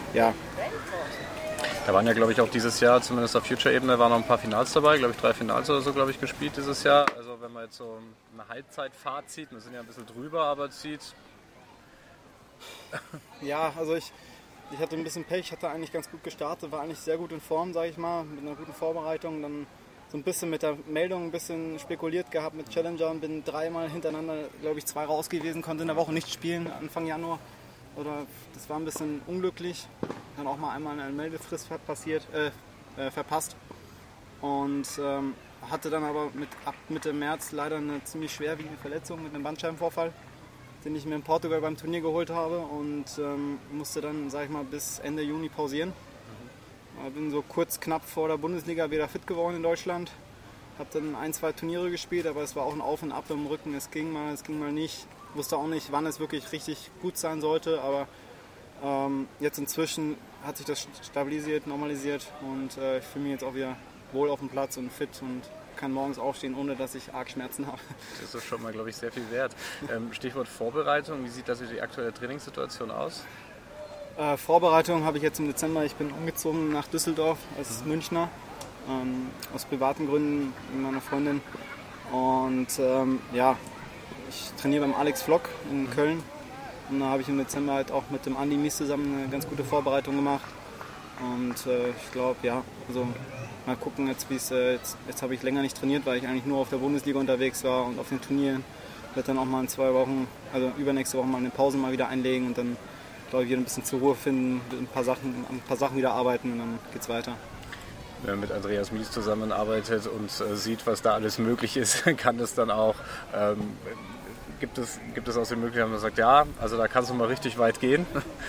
Da waren ja, glaube ich, auch dieses Jahr, zumindest auf Future-Ebene, waren noch ein paar Finals dabei, glaube ich 3 Finals oder so, glaube ich, gespielt dieses Jahr. Also wenn man jetzt so eine Halbzeitfahrt zieht, wir sind ja ein bisschen drüber, aber zieht. Ja, also ich hatte ein bisschen Pech, hatte eigentlich ganz gut gestartet, war eigentlich sehr gut in Form, sage ich mal, mit einer guten Vorbereitung. Dann so ein bisschen mit der Meldung ein bisschen spekuliert gehabt mit Challenger und bin 3-mal hintereinander, glaube ich, 2 raus gewesen, konnte in der Woche nicht spielen, Anfang Januar. Das war ein bisschen unglücklich. Dann auch mal einmal eine Meldefrist verpasst. Und hatte dann aber ab Mitte März leider eine ziemlich schwerwiegende Verletzung mit einem Bandscheibenvorfall, den ich mir in Portugal beim Turnier geholt habe und musste dann, bis Ende Juni pausieren. Bin so knapp vor der Bundesliga wieder fit geworden in Deutschland. Habe dann 1-2 Turniere gespielt, aber es war auch ein Auf und Ab im Rücken. Es ging mal nicht. Wusste auch nicht, wann es wirklich richtig gut sein sollte, aber jetzt inzwischen hat sich das stabilisiert, normalisiert und ich fühle mich jetzt auch wieder wohl auf dem Platz und fit und kann morgens aufstehen, ohne dass ich arg Schmerzen habe. Das ist schon mal, glaube ich, sehr viel wert. Stichwort Vorbereitung, wie sieht das die aktuelle Trainingssituation aus? Vorbereitung habe ich jetzt im Dezember, ich bin umgezogen nach Düsseldorf als Münchner, aus privaten Gründen mit meiner Freundin und ich trainiere beim Alex Flock in Köln und da habe ich im Dezember halt auch mit dem Andi Mies zusammen eine ganz gute Vorbereitung gemacht und ich glaube, mal gucken jetzt, wie es jetzt habe ich länger nicht trainiert, weil ich eigentlich nur auf der Bundesliga unterwegs war und auf den Turnieren. Ich werde dann auch mal in 2 Wochen, also übernächste Woche mal eine Pause mal wieder einlegen und dann glaube ich wieder ein bisschen zur Ruhe finden, ein paar Sachen wieder arbeiten und dann geht's weiter. Wenn man mit Andreas Mies zusammenarbeitet und sieht, was da alles möglich ist, kann es dann auch, gibt es auch die Möglichkeit, dass man sagt, ja, also da kannst du mal richtig weit gehen?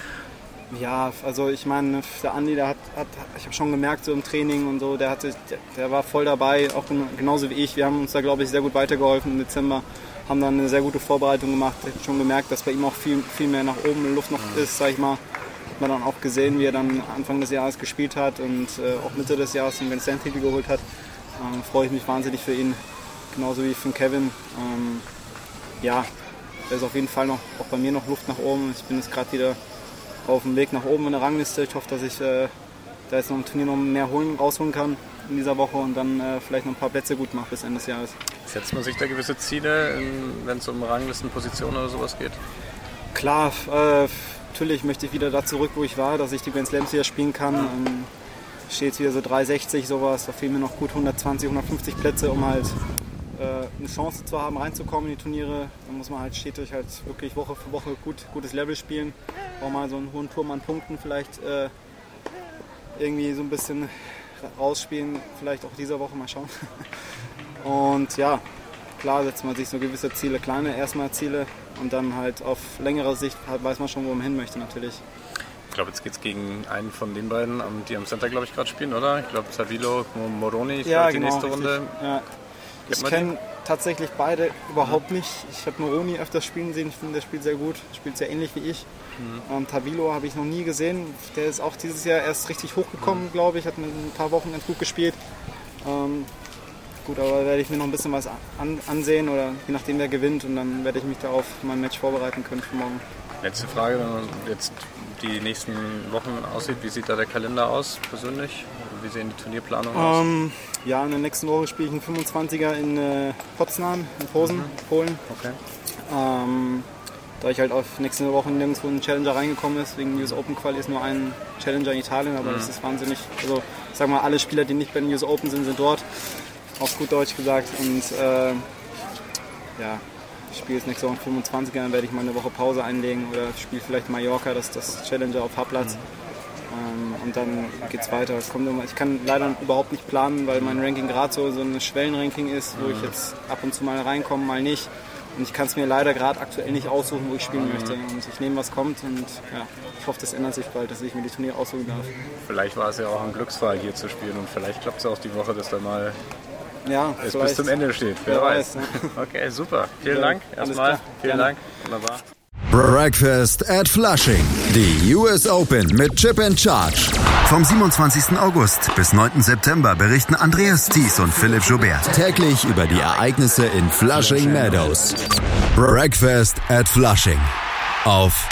Ja, also ich meine, der Andi, ich habe schon gemerkt so im Training und so, der war voll dabei, auch genauso wie ich. Wir haben uns da, glaube ich, sehr gut weitergeholfen im Dezember, haben dann eine sehr gute Vorbereitung gemacht. Ich habe schon gemerkt, dass bei ihm auch viel, viel mehr nach oben in Luft noch ist, sag ich mal. Hat man dann auch gesehen, wie er dann Anfang des Jahres gespielt hat und auch Mitte des Jahres den Grand Slam-Titel geholt hat. Freue ich mich wahnsinnig für ihn, genauso wie für Kevin. Da ist auf jeden Fall noch, auch bei mir noch Luft nach oben. Ich bin jetzt gerade wieder auf dem Weg nach oben in der Rangliste. Ich hoffe, dass ich da jetzt noch im Turnier noch mehr rausholen kann in dieser Woche und dann vielleicht noch ein paar Plätze gut mache bis Ende des Jahres. Setzt man sich da gewisse Ziele, wenn es um Ranglistenpositionen oder sowas geht? Klar, natürlich möchte ich wieder da zurück, wo ich war, dass ich die Grand Slams wieder spielen kann. Steht jetzt wieder so 360 sowas, da fehlen mir noch gut 120, 150 Plätze, um halt eine Chance zu haben, reinzukommen in die Turniere. Dann muss man halt stetig halt wirklich Woche für Woche gutes Level spielen. Auch mal so einen hohen Turm an Punkten vielleicht irgendwie so ein bisschen rausspielen. Vielleicht auch dieser Woche, mal schauen. Und ja, klar setzt man sich so gewisse Ziele, kleine erstmal Ziele und dann halt auf längere Sicht weiß man schon, wo man hin möchte natürlich. Ich glaube, jetzt geht es gegen einen von den beiden, die am Center, glaube ich, gerade spielen, oder? Ich glaube, Tavilo, Moroni, ja, die nächste Runde. Ja. Ich kenne tatsächlich beide überhaupt nicht. Ich habe Moroni öfters spielen sehen, ich finde, der spielt sehr gut, spielt sehr ähnlich wie ich. Tavilo habe ich noch nie gesehen, der ist auch dieses Jahr erst richtig hochgekommen, glaube ich, hat mit ein paar Wochen ganz gut gespielt. Gut, aber werde ich mir noch ein bisschen was ansehen oder je nachdem wer gewinnt und dann werde ich mich da auf mein Match vorbereiten können für morgen. Letzte Frage, wenn man jetzt die nächsten Wochen aussieht, wie sieht da der Kalender aus persönlich? Wie sehen die Turnierplanungen aus? Ja, in der nächsten Woche spiele ich einen 25er in Poznań, in Posen, Polen. Okay. Da ich halt auf nächste Woche nirgendwo ein Challenger reingekommen ist, wegen US Open Quali ist nur ein Challenger in Italien, aber das ist wahnsinnig. Also ich sag mal, alle Spieler, die nicht bei den US Open sind dort, auf gut Deutsch gesagt. Und ja, ich spiele jetzt nächste Woche 25er, dann werde ich mal eine Woche Pause einlegen oder spiele vielleicht Mallorca, das Challenger auf Hartplatz. Und dann geht's weiter. Ich kann leider überhaupt nicht planen, weil mein Ranking gerade so ein Schwellenranking ist, wo ich jetzt ab und zu mal reinkomme, mal nicht. Und ich kann es mir leider gerade aktuell nicht aussuchen, wo ich spielen möchte. Und ich nehme, was kommt. Und ja, ich hoffe, das ändert sich bald, dass ich mir die Turniere aussuchen darf. Vielleicht war es ja auch ein Glücksfall, hier zu spielen. Und vielleicht klappt es auch die Woche, dass da mal es bis zum Ende steht. Wer weiß. Ne? Okay, super. Vielen Dank erstmal. Vielen Dank. Wunderbar. Breakfast at Flushing. Die US Open mit Chip and Charge. Vom 27. August bis 9. September berichten Andreas Thies und Philipp Joubert täglich über die Ereignisse in Flushing Meadows. Breakfast at Flushing. Auf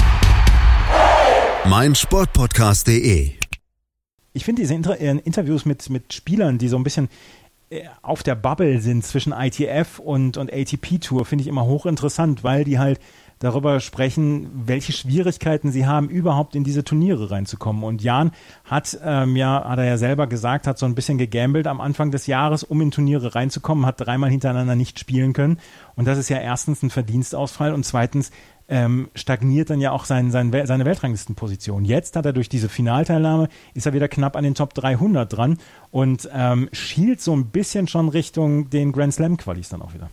meinsportpodcast.de. Ich finde diese Interviews mit Spielern, die so ein bisschen auf der Bubble sind zwischen ITF und ATP-Tour, finde ich immer hochinteressant, weil die halt darüber sprechen, welche Schwierigkeiten sie haben, überhaupt in diese Turniere reinzukommen. Und Jan hat er ja selber gesagt, hat so ein bisschen gegambelt am Anfang des Jahres, um in Turniere reinzukommen, hat 3-mal hintereinander nicht spielen können. Und das ist ja erstens ein Verdienstausfall und zweitens stagniert dann ja auch seine Weltranglistenposition. Jetzt hat er durch diese Finalteilnahme, ist er wieder knapp an den Top 300 dran und schielt so ein bisschen schon Richtung den Grand Slam Qualis dann auch wieder.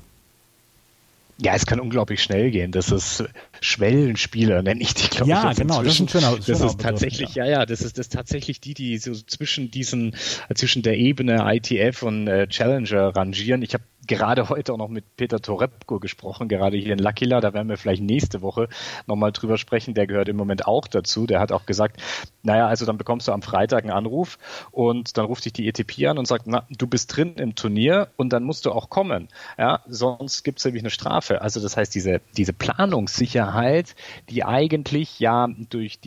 Ja, es kann unglaublich schnell gehen. Das ist Schwellenspieler, nenne ich die, glaube ich. Ja, genau, das ist ein schöner das ist tatsächlich, das ist tatsächlich die so zwischen der Ebene ITF und Challenger rangieren. Ich habe gerade heute auch noch mit Peter Torebko gesprochen, gerade hier in L'Aquila, da werden wir vielleicht nächste Woche nochmal drüber sprechen, der gehört im Moment auch dazu, der hat auch gesagt, also dann bekommst du am Freitag einen Anruf und dann ruft dich die ATP an und sagt, du bist drin im Turnier und dann musst du auch kommen, sonst gibt es nämlich eine Strafe. Also das heißt, diese Planungssicherheit, die eigentlich durch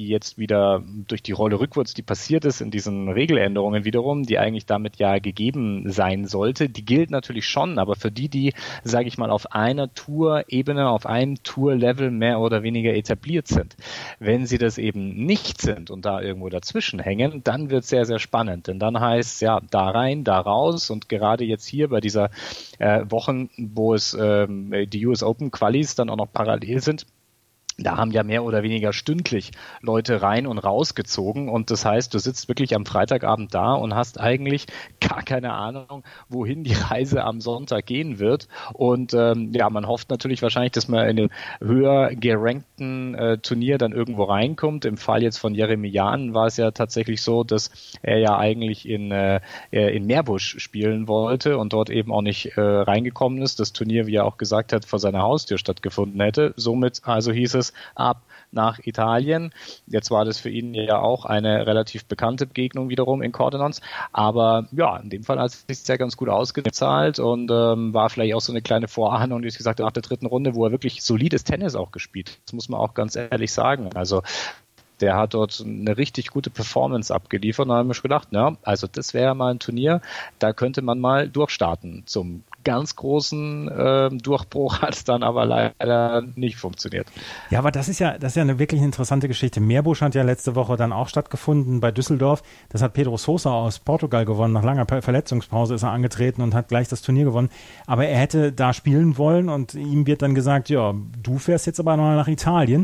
die Rolle rückwärts, die passiert ist in diesen Regeländerungen wiederum, die eigentlich damit gegeben sein sollte, die gilt natürlich schon, aber für die, sage ich mal, auf einer Tour-Ebene, auf einem Tour-Level mehr oder weniger etabliert sind. Wenn sie das eben nicht sind und da irgendwo dazwischen hängen, dann wird es sehr, sehr spannend. Denn dann heißt es da rein, da raus und gerade jetzt hier bei dieser Wochen, wo es die US Open Qualis dann auch noch parallel sind, da haben ja mehr oder weniger stündlich Leute rein und rausgezogen und das heißt, du sitzt wirklich am Freitagabend da und hast eigentlich gar keine Ahnung, wohin die Reise am Sonntag gehen wird und man hofft natürlich wahrscheinlich, dass man in den höher gerankten Turnier dann irgendwo reinkommt. Im Fall jetzt von Jeremy Jahn war es ja tatsächlich so, dass er ja eigentlich in Meerbusch spielen wollte und dort eben auch nicht reingekommen ist. Das Turnier, wie er auch gesagt hat, vor seiner Haustür stattgefunden hätte. Somit also hieß es, ab nach Italien. Jetzt war das für ihn ja auch eine relativ bekannte Begegnung wiederum in Cordenons. Aber in dem Fall hat es sich sehr ganz gut ausgezahlt und war vielleicht auch so eine kleine Vorahnung, wie ich gesagt habe, nach der dritten Runde, wo er wirklich solides Tennis auch gespielt hat. Das muss man auch ganz ehrlich sagen. Also der hat dort eine richtig gute Performance abgeliefert und da haben wir schon gedacht, also das wäre mal ein Turnier, da könnte man mal durchstarten. Zum ganz großen Durchbruch hat es dann aber leider nicht funktioniert. Ja, aber das ist ja eine wirklich interessante Geschichte. Meerbusch hat ja letzte Woche dann auch stattgefunden bei Düsseldorf. Das hat Pedro Sousa aus Portugal gewonnen. Nach langer Verletzungspause ist er angetreten und hat gleich das Turnier gewonnen. Aber er hätte da spielen wollen und ihm wird dann gesagt, du fährst jetzt aber mal nach Italien.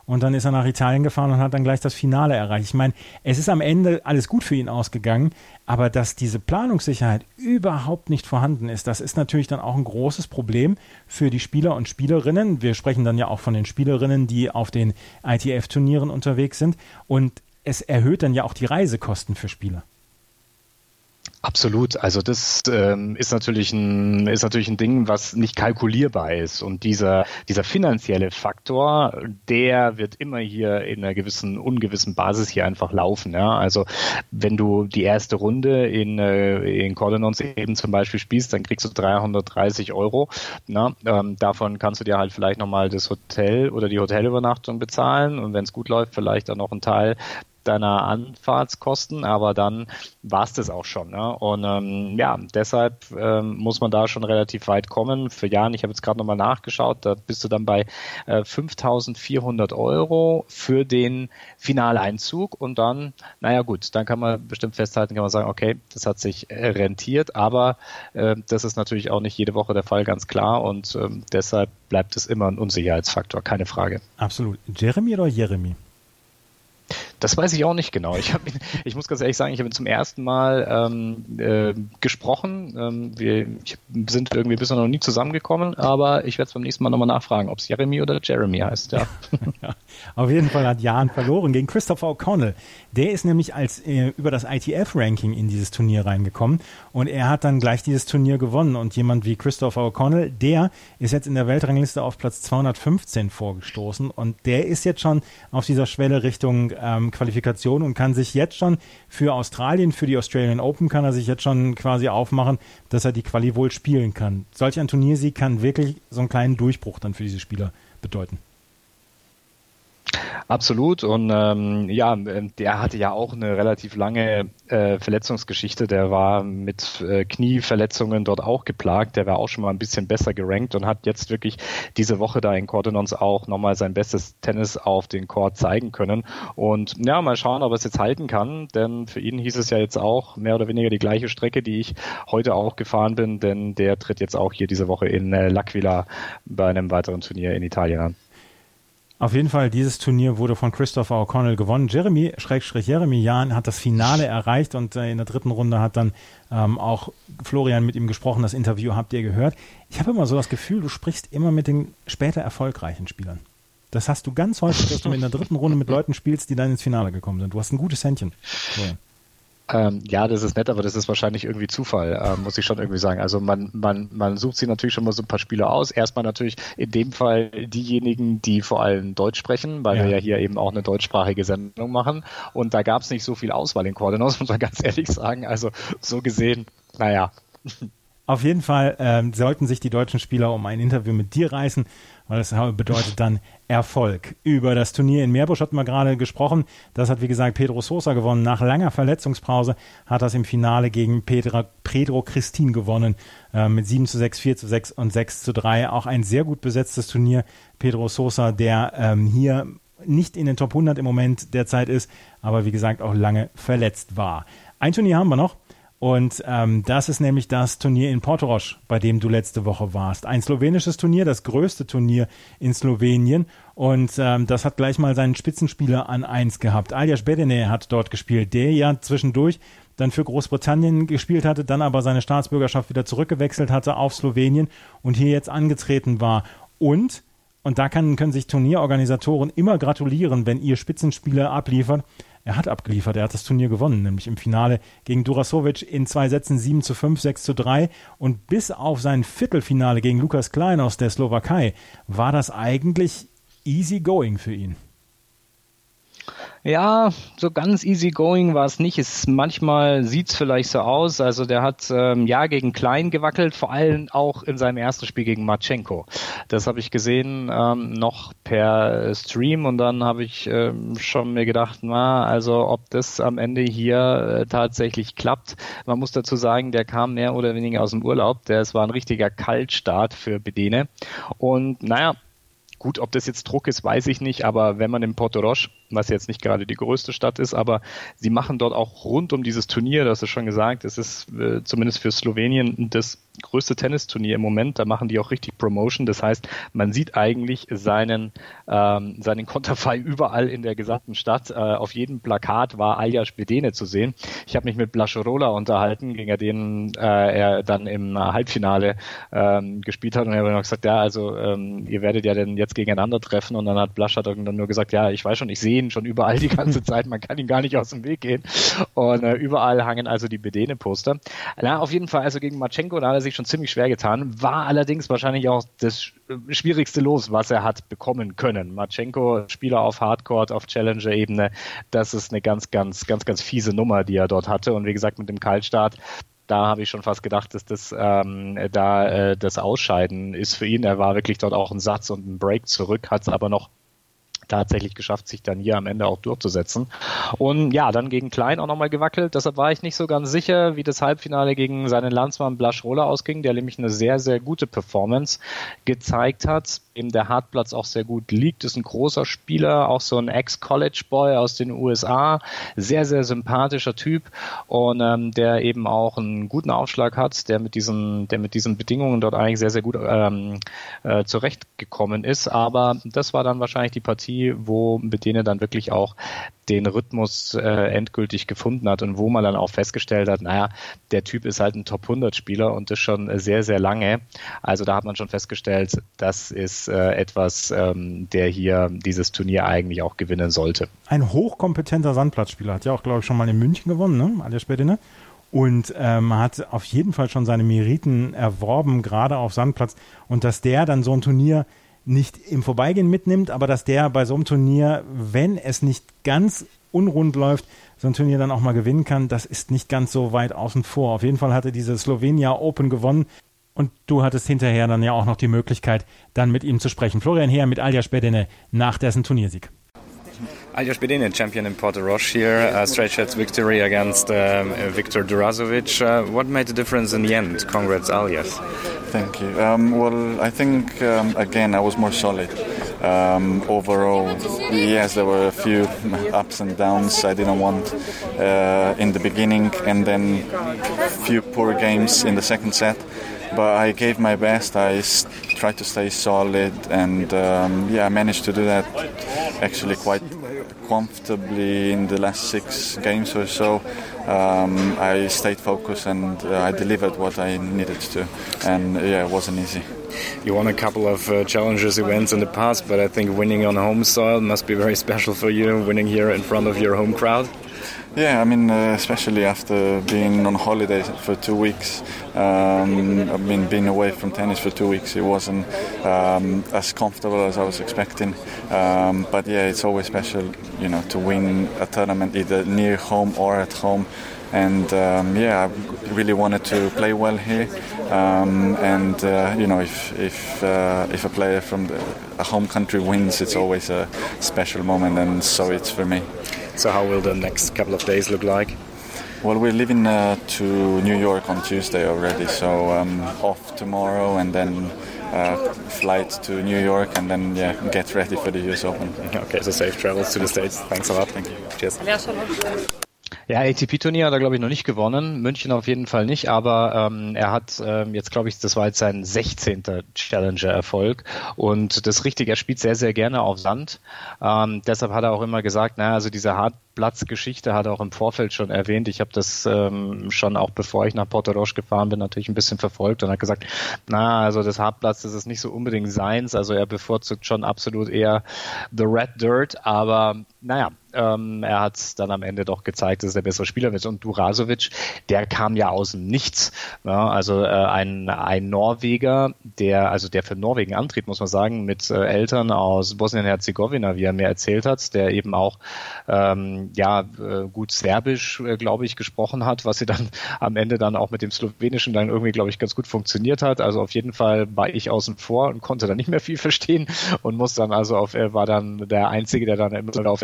und dann ist er nach Italien gefahren und hat dann gleich das Finale erreicht. Ich meine, es ist am Ende alles gut für ihn ausgegangen, aber dass diese Planungssicherheit überhaupt nicht vorhanden ist, das ist natürlich dann auch ein großes Problem für die Spieler und Spielerinnen. Wir sprechen dann ja auch von den Spielerinnen, die auf den ITF-Turnieren unterwegs sind, und es erhöht dann ja auch die Reisekosten für Spieler. Absolut. Also das ist natürlich ein Ding, was nicht kalkulierbar ist. Und dieser finanzielle Faktor, der wird immer hier in einer ungewissen Basis hier einfach laufen. Ja? Also wenn du die erste Runde in Cordenons eben zum Beispiel spielst, dann kriegst du 330 €. Na? Davon kannst du dir halt vielleicht nochmal das Hotel oder die Hotelübernachtung bezahlen. Und wenn es gut läuft, vielleicht dann noch einen Teil deiner Anfahrtskosten, aber dann war es das auch schon. Ne? Und deshalb muss man da schon relativ weit kommen. Für Jan, ich habe jetzt gerade nochmal nachgeschaut, da bist du dann bei 5.400 € für den Finaleinzug, und dann, dann kann man bestimmt festhalten, kann man sagen, okay, das hat sich rentiert, aber das ist natürlich auch nicht jede Woche der Fall, ganz klar, und deshalb bleibt es immer ein Unsicherheitsfaktor, keine Frage. Absolut. Jeremy oder Jeremy? Das weiß ich auch nicht genau. Ich muss ganz ehrlich sagen, ich habe ihn zum ersten Mal gesprochen. Wir sind irgendwie bisher noch nie zusammengekommen, aber ich werde es beim nächsten Mal nochmal nachfragen, ob es Jeremy oder Jeremy heißt. Ja. Ja, auf jeden Fall hat Jan verloren gegen Christopher O'Connell. Der ist nämlich über das ITF-Ranking in dieses Turnier reingekommen, und er hat dann gleich dieses Turnier gewonnen. Und jemand wie Christopher O'Connell, der ist jetzt in der Weltrangliste auf Platz 215 vorgestoßen, und der ist jetzt schon auf dieser Schwelle Richtung Qualifikation und kann sich jetzt schon für Australien, für die Australian Open, kann er sich jetzt schon quasi aufmachen, dass er die Quali wohl spielen kann. Solch ein Turniersieg kann wirklich so einen kleinen Durchbruch dann für diese Spieler bedeuten. Absolut, und der hatte ja auch eine relativ lange Verletzungsgeschichte, der war mit Knieverletzungen dort auch geplagt, der war auch schon mal ein bisschen besser gerankt und hat jetzt wirklich diese Woche da in Cordenons auch nochmal sein bestes Tennis auf den Court zeigen können, und ja, mal schauen, ob er es jetzt halten kann, denn für ihn hieß es ja jetzt auch mehr oder weniger die gleiche Strecke, die ich heute auch gefahren bin, denn der tritt jetzt auch hier diese Woche in L'Aquila bei einem weiteren Turnier in Italien an. Auf jeden Fall, dieses Turnier wurde von Christopher O'Connell gewonnen. Jeremy Jan hat das Finale erreicht, und in der dritten Runde hat dann auch Florian mit ihm gesprochen. Das Interview habt ihr gehört. Ich habe immer so das Gefühl, du sprichst immer mit den später erfolgreichen Spielern. Das hast du ganz häufig, dass du in der dritten Runde mit Leuten spielst, die dann ins Finale gekommen sind. Du hast ein gutes Händchen, Florian. Ja, das ist nett, aber das ist wahrscheinlich irgendwie Zufall, muss ich schon irgendwie sagen. Also man sucht sich natürlich schon mal so ein paar Spieler aus. Erstmal natürlich in dem Fall diejenigen, die vor allem Deutsch sprechen, weil wir ja hier eben auch eine deutschsprachige Sendung machen. Und da gab es nicht so viel Auswahl in Cordenons, muss man ganz ehrlich sagen. Also so gesehen, naja. Auf jeden Fall sollten sich die deutschen Spieler um ein Interview mit dir reißen, weil das bedeutet dann Erfolg. Über das Turnier in Meerbusch hatten wir gerade gesprochen. Das hat, wie gesagt, Pedro Sosa gewonnen. Nach langer Verletzungspause hat das im Finale gegen Pedro Christin gewonnen. Mit 7:6, 4:6 und 6:3. Auch ein sehr gut besetztes Turnier. Pedro Sosa, der hier nicht in den Top 100 im Moment derzeit ist, aber wie gesagt auch lange verletzt war. Ein Turnier haben wir noch. Und das ist nämlich das Turnier in Portorož, bei dem du letzte Woche warst. Ein slowenisches Turnier, das größte Turnier in Slowenien. Und das hat gleich mal seinen Spitzenspieler an 1 gehabt. Aljaž Bedene hat dort gespielt, der ja zwischendurch dann für Großbritannien gespielt hatte, dann aber seine Staatsbürgerschaft wieder zurückgewechselt hatte auf Slowenien und hier jetzt angetreten war. Und da können sich Turnierorganisatoren immer gratulieren, wenn ihr Spitzenspieler abliefert. Er hat abgeliefert, er hat das Turnier gewonnen, nämlich im Finale gegen Durasovic in 2 Sätzen 7:5, 6:3, und bis auf sein Viertelfinale gegen Lukas Klein aus der Slowakei war das eigentlich easy going für ihn. Ja, so ganz easy going war es nicht. Manchmal sieht es vielleicht so aus. Also der hat gegen Klein gewackelt, vor allem auch in seinem ersten Spiel gegen Marchenko. Das habe ich gesehen noch per Stream, und dann habe ich schon mir gedacht, also ob das am Ende hier tatsächlich klappt. Man muss dazu sagen, der kam mehr oder weniger aus dem Urlaub. Das war ein richtiger Kaltstart für Bedene. Und gut, ob das jetzt Druck ist, weiß ich nicht, aber wenn man in Portorož, was jetzt nicht gerade die größte Stadt ist, aber sie machen dort auch rund um dieses Turnier, das ist schon gesagt, es ist zumindest für Slowenien das größte Tennisturnier im Moment, da machen die auch richtig Promotion, das heißt, man sieht eigentlich seinen Konterfei überall in der gesamten Stadt, auf jedem Plakat war Aljaž Bedene zu sehen. Ich habe mich mit Blascharola unterhalten, gegen den er dann im Halbfinale gespielt hat und er hat noch gesagt, ja, also ihr werdet ja dann jetzt gegeneinander treffen und dann hat Blaschat dann nur gesagt, ja, ich weiß schon, ich sehe ihn schon überall die ganze Zeit, man kann ihm gar nicht aus dem Weg gehen und überall hangen also die Bedene-Poster. Na, auf jeden Fall, also gegen Marchenko, da hat er sich schon ziemlich schwer getan, war allerdings wahrscheinlich auch das schwierigste Los, was er hat bekommen können. Marchenko, Spieler auf Hardcourt, auf Challenger-Ebene, das ist eine ganz fiese Nummer, die er dort hatte und wie gesagt mit dem Kaltstart, da habe ich schon fast gedacht, dass das das Ausscheiden ist für ihn. Er war wirklich dort auch ein Satz und ein Break zurück, hat es aber noch tatsächlich geschafft, sich dann hier am Ende auch durchzusetzen. Und ja, dann gegen Klein auch nochmal gewackelt. Deshalb war ich nicht so ganz sicher, wie das Halbfinale gegen seinen Landsmann Blascharola ausging, der nämlich eine sehr, sehr gute Performance gezeigt hat. Eben der Hartplatz auch sehr gut liegt, ist ein großer Spieler, auch so ein Ex-College-Boy aus den USA, sehr, sehr sympathischer Typ und der eben auch einen guten Aufschlag hat, der mit diesen Bedingungen dort eigentlich sehr, sehr gut zurechtgekommen ist. Aber das war dann wahrscheinlich die Partie, wo Bedene dann wirklich auch den Rhythmus endgültig gefunden hat und wo man dann auch festgestellt hat, naja, der Typ ist halt ein Top-100-Spieler und das schon sehr, sehr lange. Also da hat man schon festgestellt, das ist etwas, der hier dieses Turnier eigentlich auch gewinnen sollte. Ein hochkompetenter Sandplatzspieler, hat ja auch, glaube ich, schon mal in München gewonnen, ne? Aljaž Bedene. Und hat auf jeden Fall schon seine Meriten erworben, gerade auf Sandplatz. Und dass der dann so ein Turnier nicht im Vorbeigehen mitnimmt, aber dass der bei so einem Turnier, wenn es nicht ganz unrund läuft, so ein Turnier dann auch mal gewinnen kann, das ist nicht ganz so weit außen vor. Auf jeden Fall hatte diese Slovenia Open gewonnen und du hattest hinterher dann ja auch noch die Möglichkeit, dann mit ihm zu sprechen. Florian Heer mit Aljaž Bedene nach dessen Turniersieg. Aljaž Bedene, champion in Portorož here, straight sets victory against Viktor Durazovic. What made the difference in the end? Congrats, Aljaž. Thank you. Well, I think, again, I was more solid. Overall, yes, there were a few ups and downs I didn't want in the beginning, and then a few poor games in the second set. But I gave my best. I tried to stay solid, and I managed to do that actually quite comfortably in the last 6 games or so. I stayed focused and I delivered what I needed to, and it wasn't easy. You won a couple of Challengers events in the past, but I think winning on home soil must be very special for you, winning here in front of your home crowd. Yeah, I mean, especially after being on holiday for 2 weeks. Being away from tennis for 2 weeks, it wasn't as comfortable as I was expecting. But yeah, it's always special, to win a tournament either near home or at home. And I really wanted to play well here. If a player from a home country wins, it's always a special moment, and so it's for me. So how will the next couple of days look like? Well, we're leaving to New York on Tuesday already, so off tomorrow and then flight to New York and then get ready for the US Open. Okay, so safe travels to the States. Thanks a lot. Thank you. Cheers. Ja, ATP-Turnier hat er, glaube ich, noch nicht gewonnen. München auf jeden Fall nicht, aber er hat jetzt, glaube ich, das war jetzt sein 16. Challenger-Erfolg und das richtig, er spielt sehr, sehr gerne auf Sand. Deshalb hat er auch immer gesagt, also diese Hartplatzgeschichte hat er auch im Vorfeld schon erwähnt. Ich habe das schon auch bevor ich nach Portorož gefahren bin, natürlich ein bisschen verfolgt und hat gesagt, also das Hartplatz, das ist nicht so unbedingt seins. Also er bevorzugt schon absolut eher the red dirt, aber er hat dann am Ende doch gezeigt, dass er der bessere Spieler ist. Und Durazovic, der kam ja aus dem Nichts. Ja, also ein Norweger, der für Norwegen antritt, muss man sagen, mit Eltern aus Bosnien-Herzegowina, wie er mir erzählt hat, der eben auch gut Serbisch, glaube ich, gesprochen hat, was sie dann am Ende dann auch mit dem Slowenischen dann irgendwie, glaube ich, ganz gut funktioniert hat. Also auf jeden Fall war ich außen vor und konnte dann nicht mehr viel verstehen und war dann der Einzige, der dann immer auf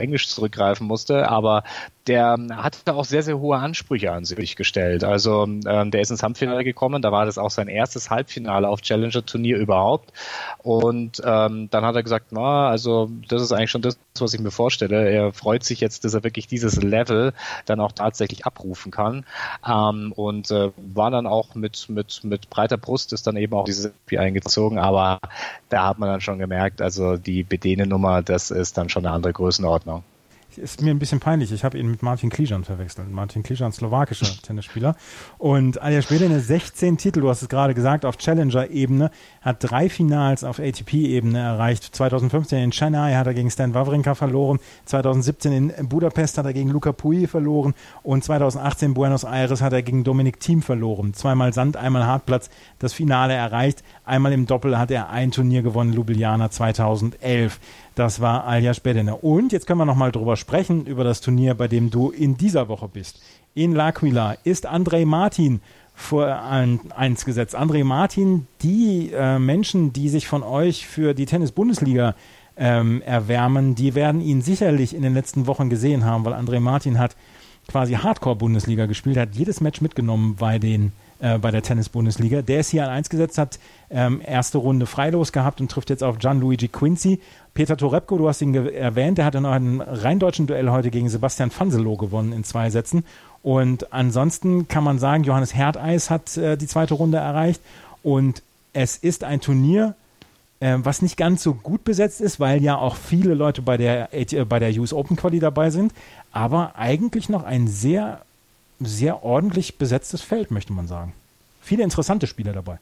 Englisch zurückgreifen musste, aber der hatte auch sehr, sehr hohe Ansprüche an sich gestellt. Also der ist ins Halbfinale gekommen, da war das auch sein erstes Halbfinale auf Challenger-Turnier überhaupt. Und dann hat er gesagt, also das ist eigentlich schon das, was ich mir vorstelle. Er freut sich jetzt, dass er wirklich dieses Level dann auch tatsächlich abrufen kann. Und war dann auch mit breiter Brust, ist dann eben auch dieses Spiel eingezogen. Aber da hat man dann schon gemerkt, also die Bedene-Nummer, das ist dann schon eine andere Größenordnung. Ist mir ein bisschen peinlich. Ich habe ihn mit Martin Kližan verwechselt. Martin Kližan, slowakischer Tennisspieler. Und Aljaž Bedene 16 Titel, du hast es gerade gesagt, auf Challenger-Ebene, hat 3 Finals auf ATP-Ebene erreicht. 2015 in Chennai hat er gegen Stan Wawrinka verloren. 2017 in Budapest hat er gegen Luca Pouille verloren. Und 2018 in Buenos Aires hat er gegen Dominic Thiem verloren. 2-mal Sand, einmal Hartplatz, das Finale erreicht. Einmal im Doppel hat er ein Turnier gewonnen, Ljubljana 2011. Das war Aljaž Bedene. Und jetzt können wir nochmal drüber sprechen, über das Turnier, bei dem du in dieser Woche bist. In L'Aquila ist Andrei Martin vor eins gesetzt. Andrei Martin, die Menschen, die sich von euch für die Tennis-Bundesliga erwärmen, die werden ihn sicherlich in den letzten Wochen gesehen haben, weil Andrei Martin hat quasi Hardcore-Bundesliga gespielt, hat jedes Match mitgenommen bei der Tennis-Bundesliga. Der ist hier an 1 gesetzt, hat erste Runde freilos gehabt und trifft jetzt auf Gianluigi Quincy. Peter Torebko, du hast ihn erwähnt, der hat in einem rein deutschen Duell heute gegen Sebastian Fanselow gewonnen in 2 Sätzen. Und ansonsten kann man sagen, Johannes Herdeis hat die zweite Runde erreicht. Und es ist ein Turnier, was nicht ganz so gut besetzt ist, weil ja auch viele Leute bei der US Open Quali dabei sind. Aber eigentlich noch ein sehr, sehr ordentlich besetztes Feld, möchte man sagen. Viele interessante Spieler dabei.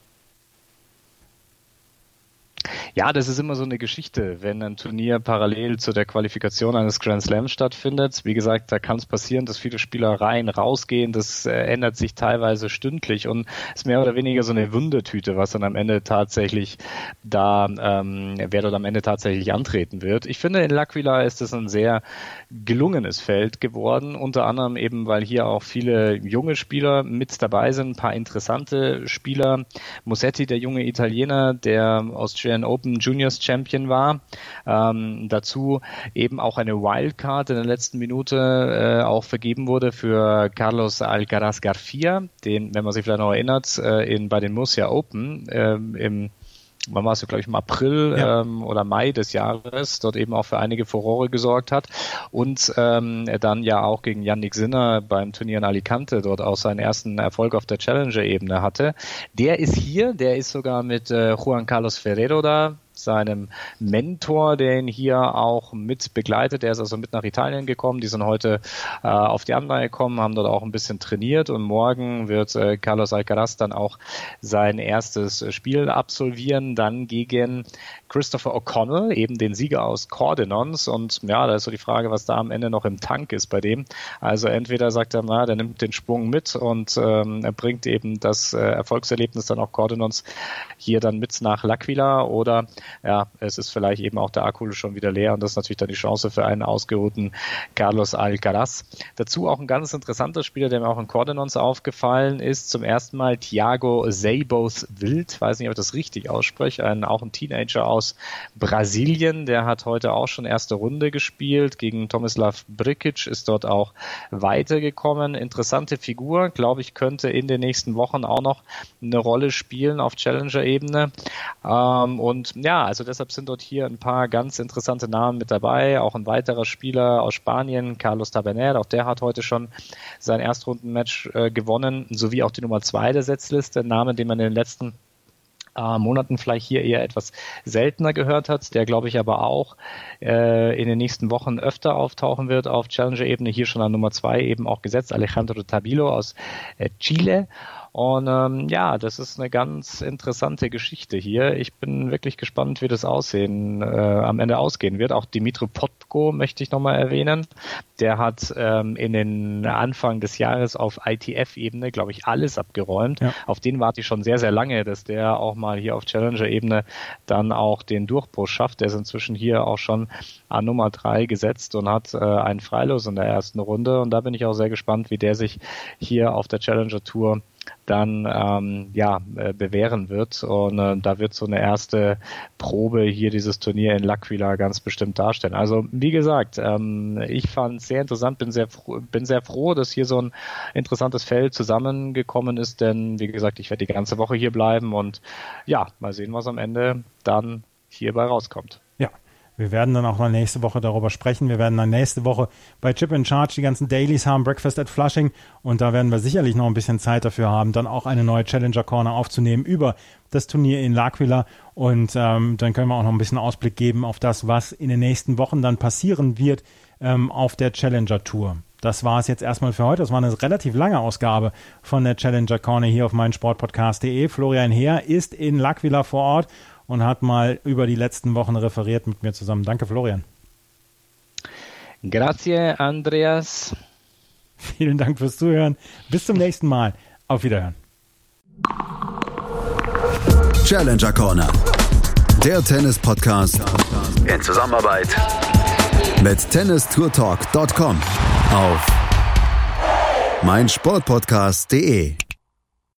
Ja, das ist immer so eine Geschichte, wenn ein Turnier parallel zu der Qualifikation eines Grand Slams stattfindet. Wie gesagt, da kann es passieren, dass viele Spieler rein, rausgehen. Das ändert sich teilweise stündlich und ist mehr oder weniger so eine Wundertüte, was dann am Ende tatsächlich wer dort am Ende tatsächlich antreten wird. Ich finde, in L'Aquila ist es ein sehr gelungenes Feld geworden, unter anderem eben, weil hier auch viele junge Spieler mit dabei sind, ein paar interessante Spieler. Musetti, der junge Italiener, der Australian Open Juniors Champion war. Dazu eben auch eine Wildcard in der letzten Minute auch vergeben wurde für Carlos Alcaraz Garcia, den, wenn man sich vielleicht noch erinnert, bei den Murcia Open wann war es, glaube ich, im April oder Mai des Jahres, dort eben auch für einige Furore gesorgt hat und dann ja auch gegen Yannick Sinner beim Turnier in Alicante dort auch seinen ersten Erfolg auf der Challenger-Ebene hatte. Der ist sogar mit Juan Carlos Ferrero da, seinem Mentor, der ihn hier auch mit begleitet. Der ist also mit nach Italien gekommen. Die sind heute auf die Anleihe gekommen, haben dort auch ein bisschen trainiert und morgen wird Carlos Alcaraz dann auch sein erstes Spiel absolvieren, dann gegen Christopher O'Connell, eben den Sieger aus Cordenons. Und ja, da ist so die Frage, was da am Ende noch im Tank ist bei dem. Also entweder sagt er, der nimmt den Sprung mit und er bringt eben das Erfolgserlebnis dann auch Cordenons hier dann mit nach L'Aquila, oder ja, es ist vielleicht eben auch der Akku schon wieder leer und das ist natürlich dann die Chance für einen ausgeruhten Carlos Alcaraz. Dazu auch ein ganz interessanter Spieler, der mir auch in Cordenons aufgefallen ist, zum ersten Mal Thiago Seyboth Wild, weiß nicht, ob ich das richtig ausspreche, auch ein Teenager aus Brasilien, der hat heute auch schon erste Runde gespielt, gegen Tomislav Brkic ist dort auch weitergekommen. Interessante Figur, glaube ich, könnte in den nächsten Wochen auch noch eine Rolle spielen auf Challenger-Ebene. Und ja, also deshalb sind dort hier ein paar ganz interessante Namen mit dabei. Auch ein weiterer Spieler aus Spanien, Carlos Taberner, auch der hat heute schon sein Erstrundenmatch gewonnen, sowie auch die Nummer 2 der Setzliste, ein Name, den man in den letzten Monaten vielleicht hier eher etwas seltener gehört hat, der glaube ich aber auch in den nächsten Wochen öfter auftauchen wird auf Challenger-Ebene, hier schon an Nummer 2 eben auch gesetzt, Alejandro Tabilo aus Chile. Und ja, das ist eine ganz interessante Geschichte hier. Ich bin wirklich gespannt, wie das am Ende ausgehen wird. Auch Dimitri Potko möchte ich nochmal erwähnen. Der hat in den Anfang des Jahres auf ITF-Ebene, glaube ich, alles abgeräumt. Ja. Auf den warte ich schon sehr, sehr lange, dass der auch mal hier auf Challenger-Ebene dann auch den Durchbruch schafft. Der ist inzwischen hier auch schon an Nummer 3 gesetzt und hat einen Freilos in der ersten Runde. Und da bin ich auch sehr gespannt, wie der sich hier auf der Challenger-Tour dann bewähren wird. Und da wird so eine erste Probe hier dieses Turnier in L'Aquila ganz bestimmt darstellen. Also wie gesagt, ich fand es sehr interessant, bin sehr froh, dass hier so ein interessantes Feld zusammengekommen ist, denn wie gesagt, ich werde die ganze Woche hier bleiben und ja, mal sehen, was am Ende dann hierbei rauskommt. Ja. Wir werden dann auch mal nächste Woche darüber sprechen. Wir werden dann nächste Woche bei Chip in Charge die ganzen Dailies haben, Breakfast at Flushing. Und da werden wir sicherlich noch ein bisschen Zeit dafür haben, dann auch eine neue Challenger Corner aufzunehmen über das Turnier in L'Aquila. Und dann können wir auch noch ein bisschen Ausblick geben auf das, was in den nächsten Wochen dann passieren wird auf der Challenger Tour. Das war es jetzt erstmal für heute. Das war eine relativ lange Ausgabe von der Challenger Corner hier auf meinsportpodcast.de. Florian Heer ist in L'Aquila vor Ort und hat mal über die letzten Wochen referiert mit mir zusammen. Danke, Florian. Grazie, Andreas. Vielen Dank fürs Zuhören. Bis zum nächsten Mal. Auf Wiederhören. Challenger Corner, der Tennis-Podcast in Zusammenarbeit mit tennistourtalk.com auf meinsportpodcast.de.